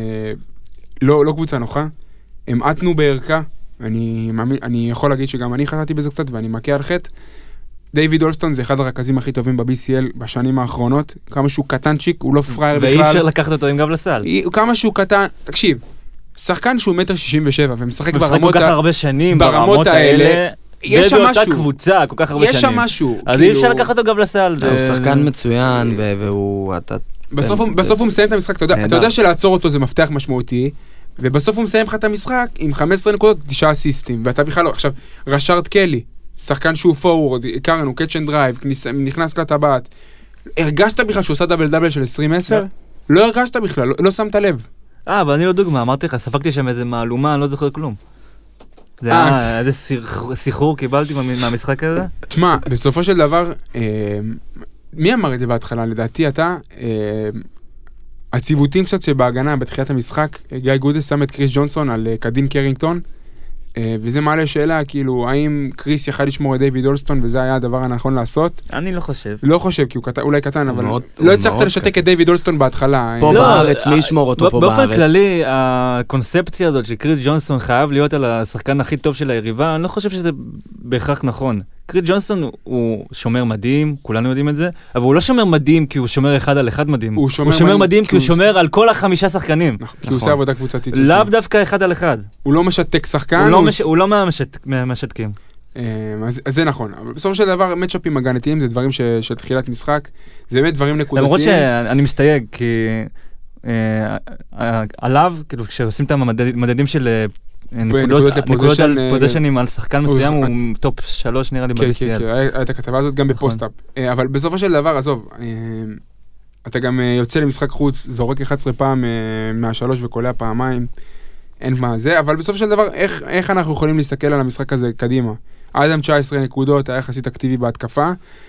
לא קבוצה נוחה. הם עטנו בערכה. אני יכול להגיד שגם אני חטאתי בזה קצת, ואני מכה על חטא. דיוויד אולסטון זה אחד הרכזים הכי טובים ב-בי סי אל בשנים האחרונות, כמה שהוא קטנצ'יק, הוא לא פרייר בכלל. ואי אפשר לקחת אותו עם גב לסל. כמה שהוא קטן, תקשיב, שחקן שהוא מטר שישים ושבע, ומשחק ברמות, כל כך הרבה שנים, ברמות האלה, יש שם משהו. ובאותה קבוצה, כל כך הרבה שנים. יש שם משהו. אז אי אפשר לקחת אותו גב לסל. הוא שחקן מצוין, והוא, בסוף הוא מסיים את המשחק, אתה יודע שלעצור אותו זה מפתח משמעותי, ובסוף הוא מסיים לך את המשחק עם חמש עשרה נקודות, תשעה אסיסטים, ואתה בכלל לא, עכשיו, רשארד קלי, שחקן שהוא פורוורד, קרן, הוא קאצ' אנד דרייב, נכנס לטבעת, הרגשת בכלל שהוא עושה דאבל דאבל של עשרים עשר? לא הרגשת בכלל, לא שמת לב. אה, אבל אני לא דוגמה, אמרתי לך, ספקתי שם איזה מעלומה, אני לא זוכר כלום. זה היה איזה סיחור קיבלתי מהמשחק הזה? תשמע, בסופו של דבר, מי אמר את זה בהתחלה? לדעתי אתה, הציוותים קצת שבהגנה, בתחילת המשחק, גיא גודס שם את קריס ג'ונסון על קדין קרינגטון, וזה מעלה שאלה, כאילו, האם קריס יכל לשמור את דיוויד אולסטון, וזה היה הדבר הנכון לעשות? אני לא חושב. לא חושב, כי הוא אולי קטן, אבל לא הצלחת לשתק את דיוויד אולסטון בהתחלה. פה בארץ, מי ישמור אותו פה בארץ? באופן כללי, הקונספציה הזאת שקריס ג'ונסון חייב להיות על השחקן הכי טוב של היריבה, אני לא חושב שזה בהכרח נכון. קריס ג'ונסון הוא שומר מדהים, כולנו יודעים את זה, אבל הוא לא שומר מדהים כי הוא שומר אחד על אחד מדהים. הוא שומר מדהים כי הוא שומר על כל החמישה שחקנים. כי הוא עושה עבודה קבוצתית. לאו דווקא אחד על אחד. הוא לא משתק שחקן. הוא לא מהמשתקים. אז זה נכון. אבל בסופו של דבר, מצ'אפים הגנתיים זה דברים של תחילת משחק. זה באמת דברים נקודתיים. למרות שאני מסתייג, כי עליו, כשעושים את המדדים של נקודות לפוזיישנים על שחקן מסוים, הוא טופ שלוש נראה לי ב-בי סי אל. כן, כן, הייתה כתבה הזאת גם בפוסט-אפ. אבל בסופו של דבר, עזוב, אתה גם יוצא למשחק חוץ, זורק אחת עשרה פעם מהשלוש וקולע פעמיים, אין מה זה, אבל בסופו של דבר, איך אנחנו יכולים להסתכל על המשחק הזה קדימה? אדם תשע עשרה נקודות, היה יחסית אקטיבי בהתקפה,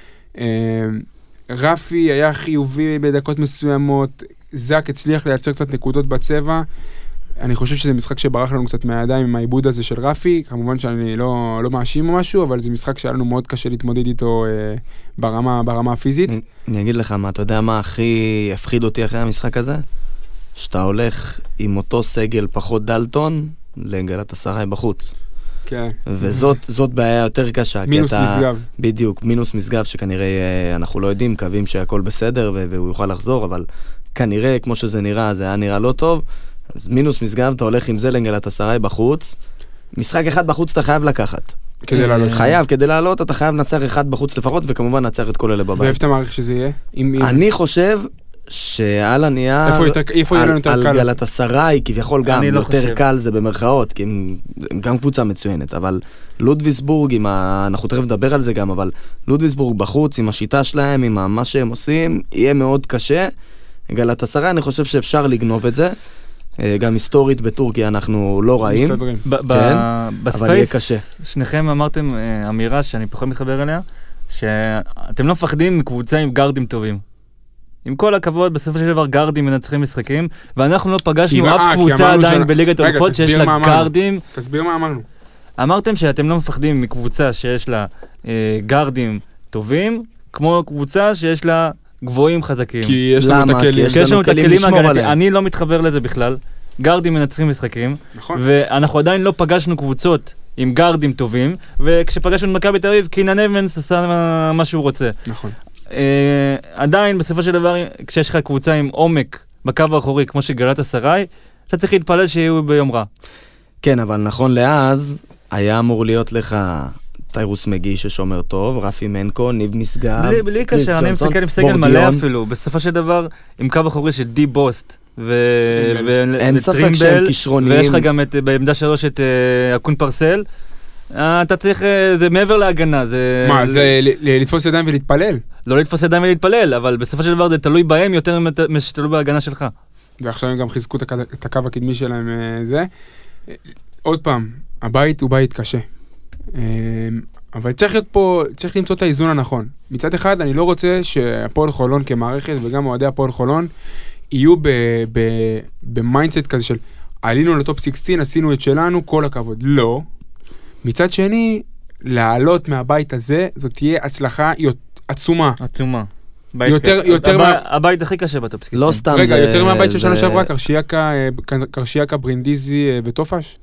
רפי היה חיובי בדקות מסוימות, זק הצליח לייצר קצת נקודות בצבע, אני חושב שזה משחק שברח לנו קצת מהידיים עם העיבוד הזה של רפי, כמובן שאני לא, לא מאשים או משהו, אבל זה משחק שהיה לנו מאוד קשה להתמודד איתו אה, ברמה, ברמה הפיזית. אני, אני אגיד לך מה, אתה יודע מה הכי הפחיד אותי אחרי המשחק הזה? שאתה הולך עם אותו סגל פחות דלטון לגלת עשרה בחוץ. כן. וזאת זאת בעיה יותר קשה. מינוס אתה, מסגב. בדיוק, מינוס מסגב שכנראה אנחנו לא יודעים, מקווים שהכל בסדר והוא יוכל לחזור, אבל כנראה כמו שזה נראה, זה היה נראה לא טוב. אז מינוס מסגב, אתה הולך עם זה לגלת עשרה בחוץ. משחק אחד בחוץ אתה חייב לקחת. כדי לעלות. חייב, כדי לעלות אתה חייב לנצח אחד בחוץ לפחות, וכמובן נצח את כל אלה בבית. ואיפה אתה מעריך שזה יהיה? אני חושב שעל הנייר, על גלת עשרה היא כביכול גם יותר קל זה במרכאות, כי הם גם קבוצה מצוינת, אבל לודוויסבורג, אנחנו תכף נדבר על זה גם, אבל לודוויסבורג בחוץ עם השיטה שלהם, עם מה שהם עושים, יהיה מאוד קשה. גלת עשרה, אני חושב שאפשר לגנוב את זה. גם היסטורית בטורקיה אנחנו לא רעים. מסתדרים. אבל יהיה קשה. שניכם אמרתם אמירה שאני פחות מתחבר אליה, שאתם לא מפחדים מקבוצה עם גארדים טובים. עם כל הכבוד, בסופו של דבר גארדים מנצחים משחקים, ואנחנו לא פגשנו אף קבוצה עדיין בליגת האלופות שיש לה גארדים. תסביר מה אמרנו. אמרתם שאתם לא מפחדים מקבוצה שיש לה גארדים טובים, כמו קבוצה שיש לה גבוהים חזקים. כי יש לנו את הכלים. יש לנו את הכלים הגנתיים. אני לא מתחבר לזה בכלל. גארדים מנצחים משחקים. נכון. ואנחנו עדיין לא פגשנו קבוצות עם גארדים טובים, וכשפגשנו את מכבי תל אביב, קינן אבנס עשה מה שהוא רוצה. נכון. עדיין, בסופו של דבר, כשיש לך קבוצה עם עומק בקו האחורי, כמו שגלת עשרה, אתה צריך להתפלל שיהיו ביום רע. כן, אבל נכון לאז, היה אמור להיות לך טיירוס מגי ששומר טוב, רפי מנקו, ניב משגב. בלי קשר, אני מסתכל עם סגל מלא אפילו. בסופו של דבר, עם קו אחורי של די בוסט, אין ספק שהם כישרוניים. ויש לך גם בעמדה שלוש את אקון פרסל. אתה צריך, זה מעבר להגנה. מה, זה לתפוס ידיים ולהתפלל? לא לתפוס ידיים ולהתפלל, אבל בסופו של דבר זה תלוי בהם יותר משתלוי בהגנה שלך. ועכשיו הם גם חיזקו את הקו הקדמי שלהם. זה. עוד פעם, הבית הוא בית קשה. אבל צריך להיות פה, צריך למצוא את האיזון הנכון. מצד אחד, אני לא רוצה שהפועל חולון כמערכת, וגם אוהדי הפועל חולון, יהיו במיינדסט כזה של, עלינו לטופ שש עשרה, עשינו את שלנו, כל הכבוד. לא. מצד שני, לעלות מהבית הזה, זאת תהיה הצלחה עצומה. עצומה. יותר, יותר מה... הבית הכי קשה בטופ שש עשרה. לא סתם. רגע, יותר מהבית של שנה שעברה, קרשיאקה, ברינדיזי וטופש?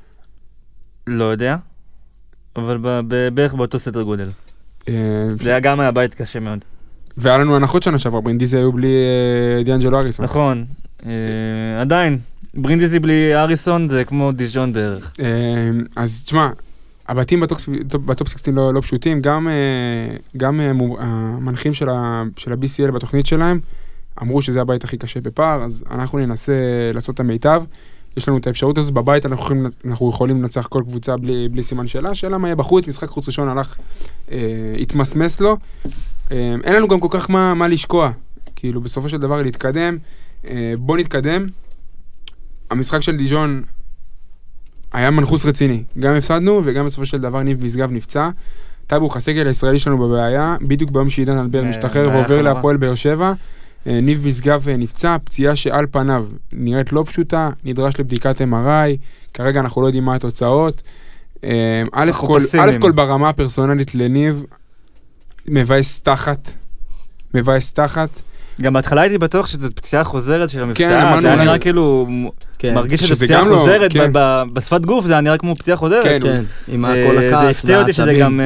לא יודע. אבל בערך באותו סדר גודל. זה היה גם הבית קשה מאוד. והיה לנו הנחות שנה שעברה, ברינדיזי היו בלי דיאנג'לו אריסון. נכון. עדיין, ברינדיזי בלי אריסון זה כמו דיז'ון בערך. אז תשמע, הבתים בטופ שש עשרה לא פשוטים, גם המנחים של ה-בי סי אל בתוכנית שלהם, אמרו שזה הבית הכי קשה בפער, אז אנחנו ננסה לעשות את המיטב. יש לנו את האפשרות הזאת בבית, אנחנו יכולים, אנחנו יכולים לנצח כל קבוצה בלי, בלי סימן שאלה. שאלה מה יהיה בחוץ, משחק חוץ ראשון הלך, אה, התמסמס לו. אה, אין לנו גם כל כך מה, מה לשקוע. כאילו, בסופו של דבר להתקדם. אה, בוא נתקדם. המשחק של דיז'ון היה מנחוס רציני. גם הפסדנו, וגם בסופו של דבר ניב משגב נפצע. טאבוך, הסגל הישראלי שלנו בבעיה, בדיוק ביום שעידן אלבר משתחרר ועובר להפועל באר שבע. ניב משגב נפצע, פציעה שעל פניו נראית לא פשוטה, נדרש לבדיקת אם אר איי, כרגע אנחנו לא יודעים מה התוצאות. א' כל, א' כל ברמה הפרסונלית לניב, מבאס תחת, מבאס תחת. גם בהתחלה הייתי בטוח שזו פציעה חוזרת של המפסעה, זה היה נראה כאילו, מרגיש שזו פציעה חוזרת, בשפת גוף זה היה נראה כמו פציעה חוזרת. כן, עם כל הכעס והעצבים. זה הפתיע אותי שזה גם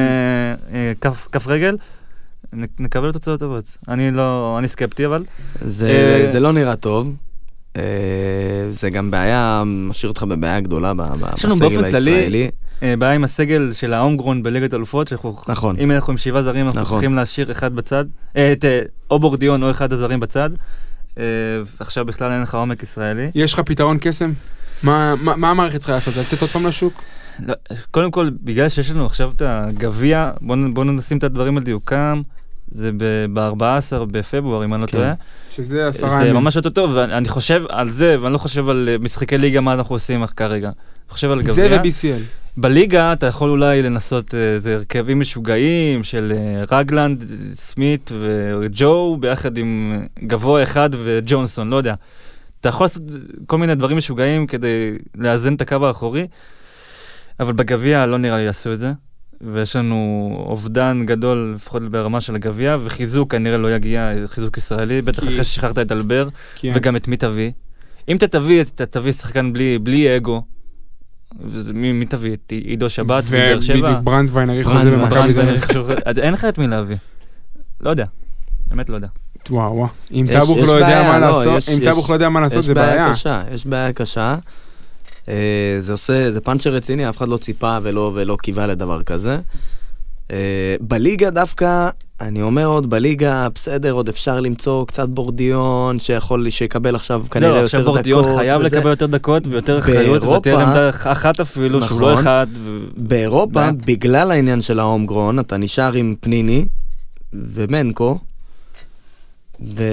כף רגל. נקבל תוצאות טובות. אני לא, אני סקפטי, אבל... זה לא נראה טוב. זה גם בעיה, משאיר אותך בבעיה גדולה בסגל הישראלי. בעיה עם הסגל של ההומגרון בליגת אלופות, שאנחנו... נכון. אם אנחנו עם שבעה זרים, אנחנו צריכים להשאיר אחד בצד. את או בורדיון או אחד הזרים בצד. עכשיו בכלל אין לך עומק ישראלי. יש לך פתרון קסם? מה המערכת צריכה לעשות? לצאת עוד פעם לשוק? קודם כל, בגלל שיש לנו עכשיו את הגביע, בואו נשים את הדברים על דיוקם, זה ב-ארבעה עשר בפברואר, אם אני לא טועה. שזה עשרה ימים. זה ממש יותר טוב, ואני חושב על זה, ואני לא חושב על משחקי ליגה, מה אנחנו עושים כרגע. אני חושב על גביע. זה ו-בי סי אל. בליגה אתה יכול אולי לנסות איזה הרכבים משוגעים של רגלנד, סמית וג'ו, ביחד עם גבוה אחד וג'ונסון, לא יודע. אתה יכול לעשות כל מיני דברים משוגעים כדי לאזן את הקו האחורי, אבל בגביע לא נראה לי יעשו את זה, ויש לנו אובדן גדול, לפחות ברמה של הגביע, וחיזוק כנראה לא יגיע, חיזוק ישראלי, בטח אחרי ששכחת את אלבר, וגם את מי תביא. אם אתה תביא, אתה תביא שחקן בלי אגו, מי תביא? את עידו שבת, מבאר שבע? ובדיוק ברנדווין הריח חוזה במכבי תל אביב. אין לך את מי להביא. לא יודע. באמת לא יודע. וואו, וואו. אם טאבוך לא יודע מה לעשות, אם טאבוך לא יודע מה לעשות, זה בעיה. יש בעיה קשה, יש בעיה קשה. זה עושה, זה פאנצ'ר רציני, אף אחד לא ציפה ולא, ולא קיווה לדבר כזה. בליגה דווקא, אני אומר עוד, בליגה, בסדר, עוד אפשר למצוא קצת בורדיון, שיכול, שיקבל עכשיו כנראה יותר דקות. לא, עכשיו בורדיון חייב לקבל יותר דקות, ויותר אחריות, ויותר עמדה אחת אפילו, שהוא לא אחד. באירופה, בגלל העניין של ההומגרון, אתה נשאר עם פניני, ומנקו, ו...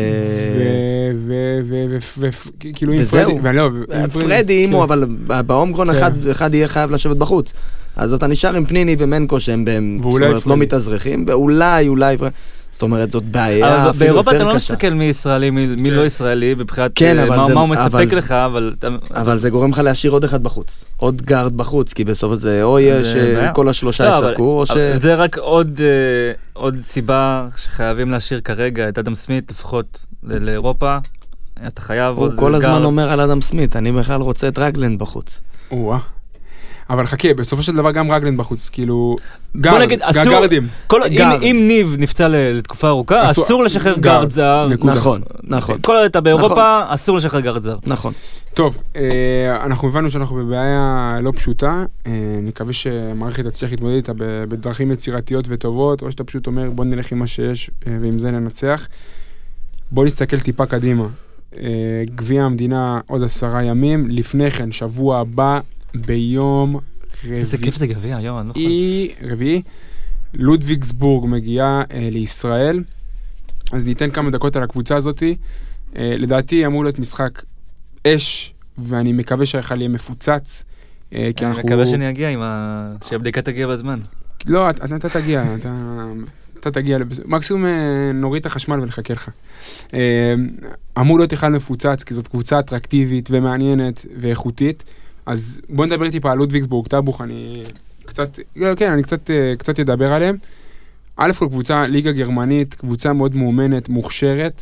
וכאילו עם פרדי, פרדי אימו, אבל בהומגרון אחד יהיה חייב לשבת בחוץ. אז אתה נשאר עם פניני ומנקו שהם לא מתאזרחים, ואולי, אולי, זאת אומרת, זאת בעיה. באירופה אתה לא מסתכל מי ישראלי, מי לא ישראלי, בבחינת מה הוא מספק לך, אבל... אבל זה גורם לך להשאיר עוד אחד בחוץ, עוד גארד בחוץ, כי בסוף זה או יש כל השלושה ישחקו, או ש... זה רק עוד סיבה שחייבים להשאיר כרגע את אדם סמית, לפחות לאירופה, אתה חייב עוד גארד. הוא כל הזמן אומר על אדם סמית, אני בכלל רוצה את רגלנד בחוץ. וואה. אבל חכה, בסופו של דבר גם רגלנד בחוץ, כאילו, גארדים. אם ניב נפצע לתקופה ארוכה, אסור לשחרר גארד זר. נכון, נכון. כל עוד אתה באירופה, אסור לשחרר גארד זר. נכון. טוב, אנחנו הבנו שאנחנו בבעיה לא פשוטה, נקווה שמערכת תצליח להתמודד איתה בדרכים יצירתיות וטובות, או שאתה פשוט אומר, בוא נלך עם מה שיש, ועם זה ננצח. בוא נסתכל טיפה קדימה. גביע המדינה עוד עשרה ימים, לפני כן, שבוע הבא, ביום רביעי. איזה כיף זה גביע היום, אני לא יכול. רביעי. לודוויגסבורג מגיעה אה, לישראל. אז ניתן כמה דקות על הקבוצה הזאת. אה, לדעתי אמור להיות משחק אש, ואני מקווה שהיכל יהיה מפוצץ. אה, אני אנחנו... מקווה שאני אגיע עם ה... שהבדיקה תגיע בזמן. לא, אתה, אתה תגיע. אתה, אתה תגיע. לבס... מקסימום אה, נוריד את החשמל ולחכה לך. אה, אמור להיות היכל מפוצץ, כי זאת קבוצה אטרקטיבית ומעניינת ואיכותית. אז בוא נדבר טיפה על לודוויגסבורג, טאבוך, אני קצת, כן, אני קצת, קצת אדבר עליהם. א' כל קבוצה, ליגה גרמנית, קבוצה מאוד מאומנת, מוכשרת.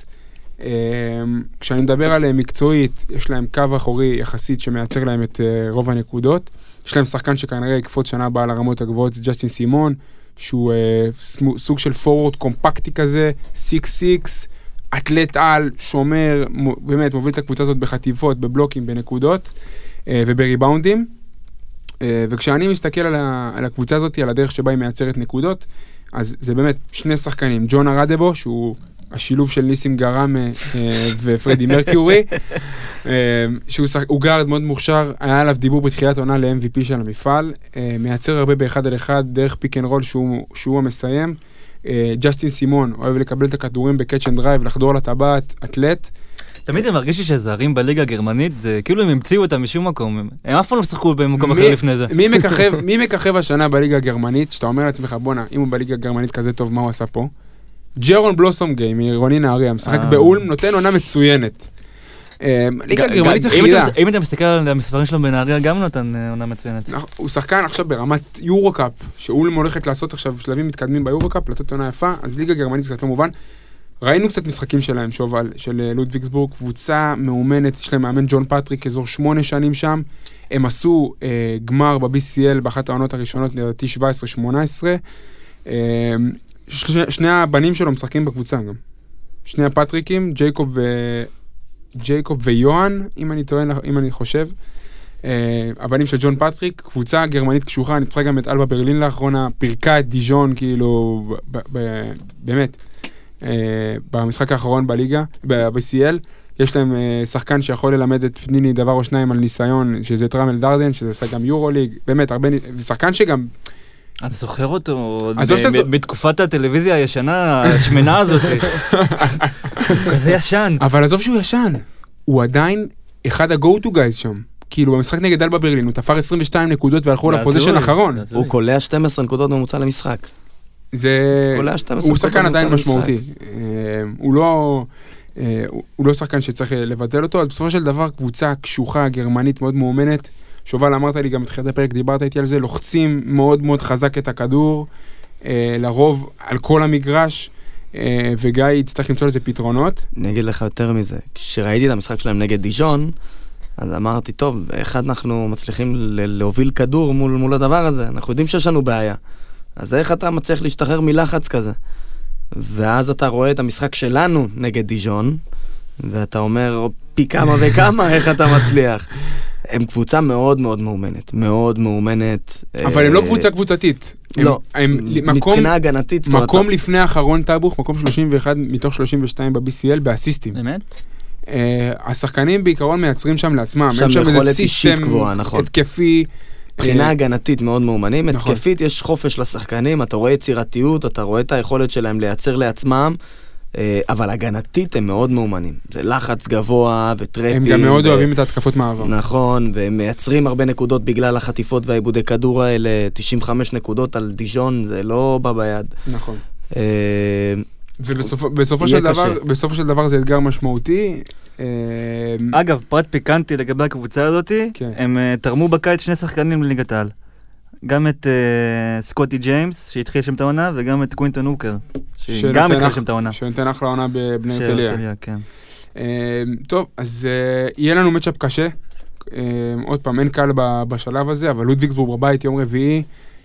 כשאני מדבר עליהם מקצועית, יש להם קו אחורי יחסית שמייצר להם את רוב הנקודות. יש להם שחקן שכנראה יקפוץ שנה הבאה לרמות הגבוהות, זה ג'סטין סימון, שהוא סוג של פורוורד קומפקטי כזה, סיקס סיקס, אתלט על, שומר, באמת מוביל את הקבוצה הזאת בחטיפות, בבלוקים, בנקודות. ובריבאונדים, וכשאני מסתכל על הקבוצה הזאת, על הדרך שבה היא מייצרת נקודות, אז זה באמת שני שחקנים, ג'ון ארדבו, שהוא השילוב של ניסים גרם ופרדי מרקיורי, שהוא גארד מאוד מוכשר, היה עליו דיבור בתחילת עונה ל-אם וי פי של המפעל, מייצר הרבה באחד על אחד, דרך פיק אנד רול שהוא המסיים, ג'סטין סימון, אוהב לקבל את הכדורים בקאץ' אנד דרייב, לחדור לטבעת, אתלט. תמיד זה מרגיש לי שזרים בליגה הגרמנית, זה כאילו הם המציאו אותם משום מקום, הם אף פעם לא שחקו במקום אחר לפני זה. מי מככב השנה בליגה הגרמנית, שאתה אומר לעצמך, בונה, אם הוא בליגה הגרמנית כזה טוב, מה הוא עשה פה? ג'רון בלוסום גיי, מעירוני נהריה, משחק באולם, נותן עונה מצוינת. ליגה הגרמנית זה חידה. אם אתה מסתכל על המספרים שלו בנהריה, גם נותן עונה מצוינת. הוא שחקן עכשיו ברמת יורו-קאפ, שאולם הולכת לעשות עכשיו שלבים מתקדמים ביורו-קאפ, לעשות עונה יפה, אז ליגה הגרמנית זה קצת לא מובן. ראינו קצת משחקים שלהם, שובל, של לודוויגסבורג, קבוצה מאומנת, יש להם מאמן ג'ון פטריק, אזור שמונה שנים שם, הם עשו אה, גמר ב-בי סי אל באחת העונות הראשונות, לדעתי שבע עשרה שמונה עשרה, אה, שני, שני הבנים שלו משחקים בקבוצה גם, שני הפטריקים, ג'ייקוב, ו... ג'ייקוב ויוהן, אם אני טוען, אם אני חושב, אה, הבנים של ג'ון פטריק, קבוצה גרמנית קשוחה, אני צריך גם את אלבה ברלין לאחרונה, פירקה את דיז'ון, כאילו, ב- ב- באמת, Uh, במשחק האחרון בליגה, ב-בי סי אל, יש להם uh, שחקן שיכול ללמד את פניני דבר או שניים על ניסיון, שזה טרמל דרדן, שזה עשה גם יורו ליג, באמת, הרבה, ושחקן שגם... אתה זוכר אותו בתקופת הטלוויזיה הישנה, השמנה הזאת, כזה ישן. אבל עזוב שהוא ישן, הוא עדיין אחד ה-go to guys שם. כאילו, במשחק נגד אלבה ברלין, הוא תפר עשרים ושתיים נקודות והלכו לפוזישן האחרון. הוא קולע שתים עשרה נקודות ממוצע למשחק. זה... הוא שחקן עדיין משמעותי. הוא לא... הוא לא שחקן שצריך לבטל אותו, אז בסופו של דבר קבוצה קשוחה, גרמנית מאוד מאומנת, שובל אמרת לי גם בתחילת הפרק, דיברת איתי על זה, לוחצים מאוד מאוד חזק את הכדור, לרוב על כל המגרש, וגיא יצטרך למצוא לזה פתרונות. אני אגיד לך יותר מזה, כשראיתי את המשחק שלהם נגד דיז'ון, אז אמרתי, טוב, איך אנחנו מצליחים להוביל כדור מול, מול הדבר הזה? אנחנו יודעים שיש לנו בעיה. אז איך אתה מצליח להשתחרר מלחץ כזה? ואז אתה רואה את המשחק שלנו נגד דיז'ון, ואתה אומר, פי כמה וכמה, איך אתה מצליח? הם קבוצה מאוד מאוד מאומנת, מאוד מאומנת. אבל הם לא קבוצה קבוצתית. לא, מבחינה הגנתית. מקום לפני האחרון טאבוך, מקום שלושים ואחת מתוך שלושים ושתיים ב-בי סי אל באסיסטים. באמת? השחקנים בעיקרון מייצרים שם לעצמם. שם יכולת אישית גבוהה, נכון. התקפי. מבחינה הגנתית מאוד מאומנים, התקפית יש חופש לשחקנים, אתה רואה יצירתיות, אתה רואה את היכולת שלהם לייצר לעצמם, אבל הגנתית הם מאוד מאומנים. זה לחץ גבוה וטרפים. הם גם מאוד אוהבים את ההתקפות מעבר. נכון, והם מייצרים הרבה נקודות בגלל החטיפות והעיבודי כדור האלה, תשעים וחמש נקודות על דיז'ון, זה לא בא ביד. נכון. ובסופו של דבר, בסופו של דבר זה אתגר משמעותי. אגב, פרט פיקנטי לגבי הקבוצה הזאת, הם תרמו בקיץ שני שחקנים לליגת העל. גם את סקוטי ג'יימס, שהתחיל שם את העונה, וגם את קווינטון הוקר, שגם התחיל שם את העונה. שנותן אחלה עונה בבני הרצליה. כן. טוב, אז יהיה לנו מצ'אפ קשה. עוד פעם, אין קל בשלב הזה, אבל לודוויגסבורג בבית יום רביעי,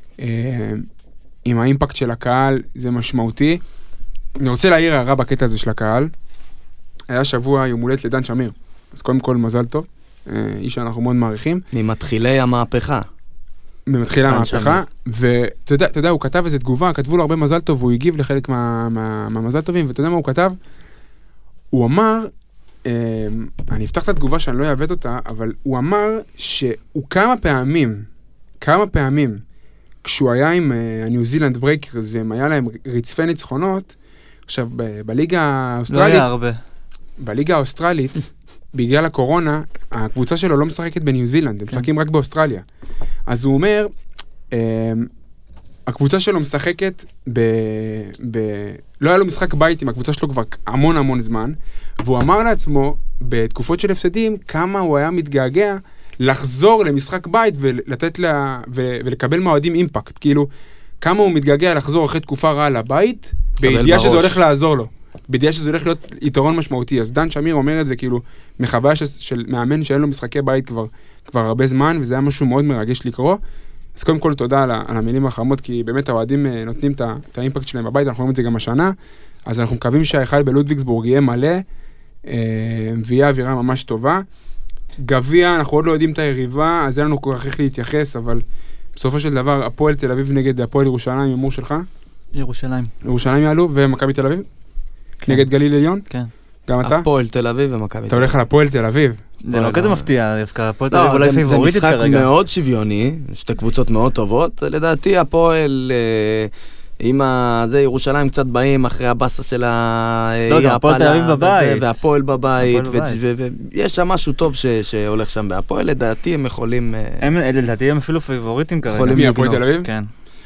עם האימפקט של הקהל, זה משמעותי. אני רוצה להעיר הערה בקטע הזה של הקהל. היה שבוע יום הולדת לדן שמיר. אז קודם כל מזל טוב. איש שאנחנו מאוד מעריכים. ממתחילי המהפכה. ממתחילי המהפכה. ואתה יודע, אתה יודע, הוא כתב איזו תגובה, כתבו לו הרבה מזל טוב, והוא הגיב לחלק מהמזל טובים, ואתה יודע מה הוא כתב? הוא אמר, אני אפתח את התגובה שאני לא אעוות אותה, אבל הוא אמר שהוא כמה פעמים, כמה פעמים, כשהוא היה עם הניו זילנד ברייקרס, והם היה להם רצפי ניצחונות, עכשיו, בליגה האוסטרלית... לא היה הרבה. בליגה האוסטרלית, בגלל הקורונה, הקבוצה שלו לא משחקת בניו זילנד, הם משחקים רק באוסטרליה. אז הוא אומר, הקבוצה שלו משחקת ב... לא היה לו משחק בית עם הקבוצה שלו כבר המון המון זמן, והוא אמר לעצמו, בתקופות של הפסדים, כמה הוא היה מתגעגע לחזור למשחק בית ולתת לה... ולקבל מהאוהדים אימפקט. כאילו, כמה הוא מתגעגע לחזור אחרי תקופה רעה לבית, בידיעה שזה הולך לעזור לו. בידיעה שזה הולך להיות יתרון משמעותי. אז דן שמיר אומר את זה כאילו מחוויה של מאמן שאין לו משחקי בית כבר, כבר הרבה זמן, וזה היה משהו מאוד מרגש לקרוא. אז קודם כל תודה על, על המילים החמות, כי באמת האוהדים נותנים את, את האימפקט שלהם בבית, אנחנו רואים את זה גם השנה. אז אנחנו מקווים שהאחד בלודוויגסבורג יהיה מלא, ויהיה אווירה ממש טובה. גביע, אנחנו עוד לא יודעים את היריבה, אז אין לנו כל כך איך להתייחס, אבל בסופו של דבר, הפועל תל אביב נגד הפועל ירושלים, הימור שלך? ירושלים. ירושלים יעלו, ומכבי תל אביב? נגד גליל עליון? כן. גם אתה? הפועל תל אביב ומכבי. אתה הולך על הפועל תל אביב. זה לא כזה מפתיע, הפועל תל אביב אולי זה פיבוריטית משחק כרגע. מאוד שוויוני, שתי קבוצות מאוד טובות. לדעתי הפועל, עם זה ירושלים קצת באים אחרי הבאסה של הפועל תל אביב בבית. והפועל בבית, ויש שם משהו טוב שהולך שם בהפועל. לדעתי הם יכולים... לדעתי הם אפילו פיבוריטים כרגע. מי, הפועל תל אביב? כן.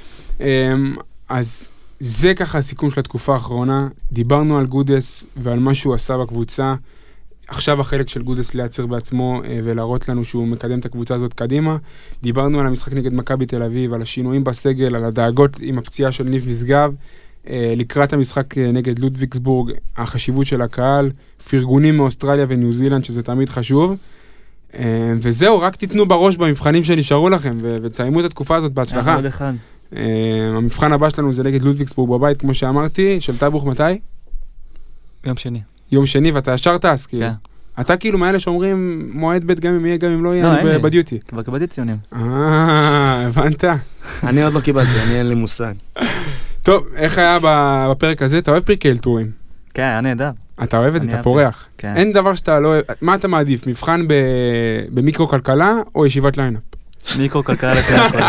אז זה ככה הסיכום של התקופה האחרונה. דיברנו על גודס ועל מה שהוא עשה בקבוצה. עכשיו החלק של גודס לייצר בעצמו ולהראות לנו שהוא מקדם את הקבוצה הזאת קדימה. דיברנו על המשחק נגד מכבי תל אביב, על השינויים בסגל, על הדאגות עם הפציעה של ניב משגב, לקראת המשחק נגד לודוויגסבורג, החשיבות של הקהל, פרגונים מאוסטרליה וניו זילנד, שזה תמיד חשוב. וזהו, רק תיתנו בראש במבחנים שנשארו לכם, ותסיימו את התקופה הזאת בהצלחה. המבחן הבא שלנו זה נגד לודוויגסבורג בבית, כמו שאמרתי, של טייבוך מתי? יום שני. יום שני, ואתה ישר טס, כאילו. אתה כאילו מאלה שאומרים מועד ב' גם אם יהיה, גם אם לא יהיה, בדיוטי. כבר קיבלתי ציונים. אה, הבנת? אני עוד לא קיבלתי, אני אין לי מושג. טוב, איך היה בפרק הזה? אתה אוהב פרקי אלתורים? כן, היה נהדר. אתה אוהב את זה, אתה פורח. אין דבר שאתה לא אוהב. מה אתה מעדיף? מבחן במיקרו-כלכלה או ישיבת ליינאפ? מיקרו-כלכלה לכלכלה.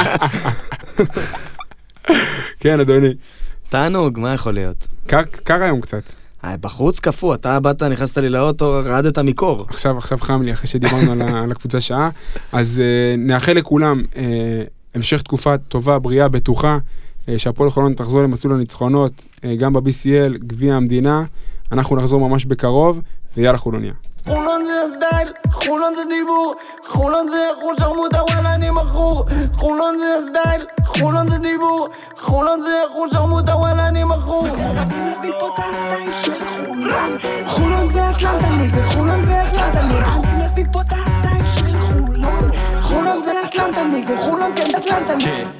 כן, אדוני. תענוג, מה יכול להיות? קר היום קצת. בחוץ קפוא, אתה באת, נכנסת לי לאוטו, רעדת מקור. עכשיו, עכשיו חם לי, אחרי שדיברנו על הקבוצה שעה. אז נאחל לכולם המשך תקופה טובה, בריאה, בטוחה, שהפועל חולון תחזור למסלול הניצחונות, גם ב-בי סי אל, גביע המדינה. אנחנו נחזור ממש בקרוב, ויאללה חולוניה. חולון זה הסטייל, חולון זה דיבור, חולון זה חול שרמוטה וואלה אני מכור. חולון זה הסטייל, חולון זה דיבור, חולון זה חול שרמוטה וואלה אני מכור. אני מביא פה את הסטייל של חולון, חולון זה אטלנטה נגד, חולון זה אטלנטה נגד. אני מביא פה את הסטייל של חולון, חולון זה אטלנטה נגד, חולון כן אטלנטה נגד.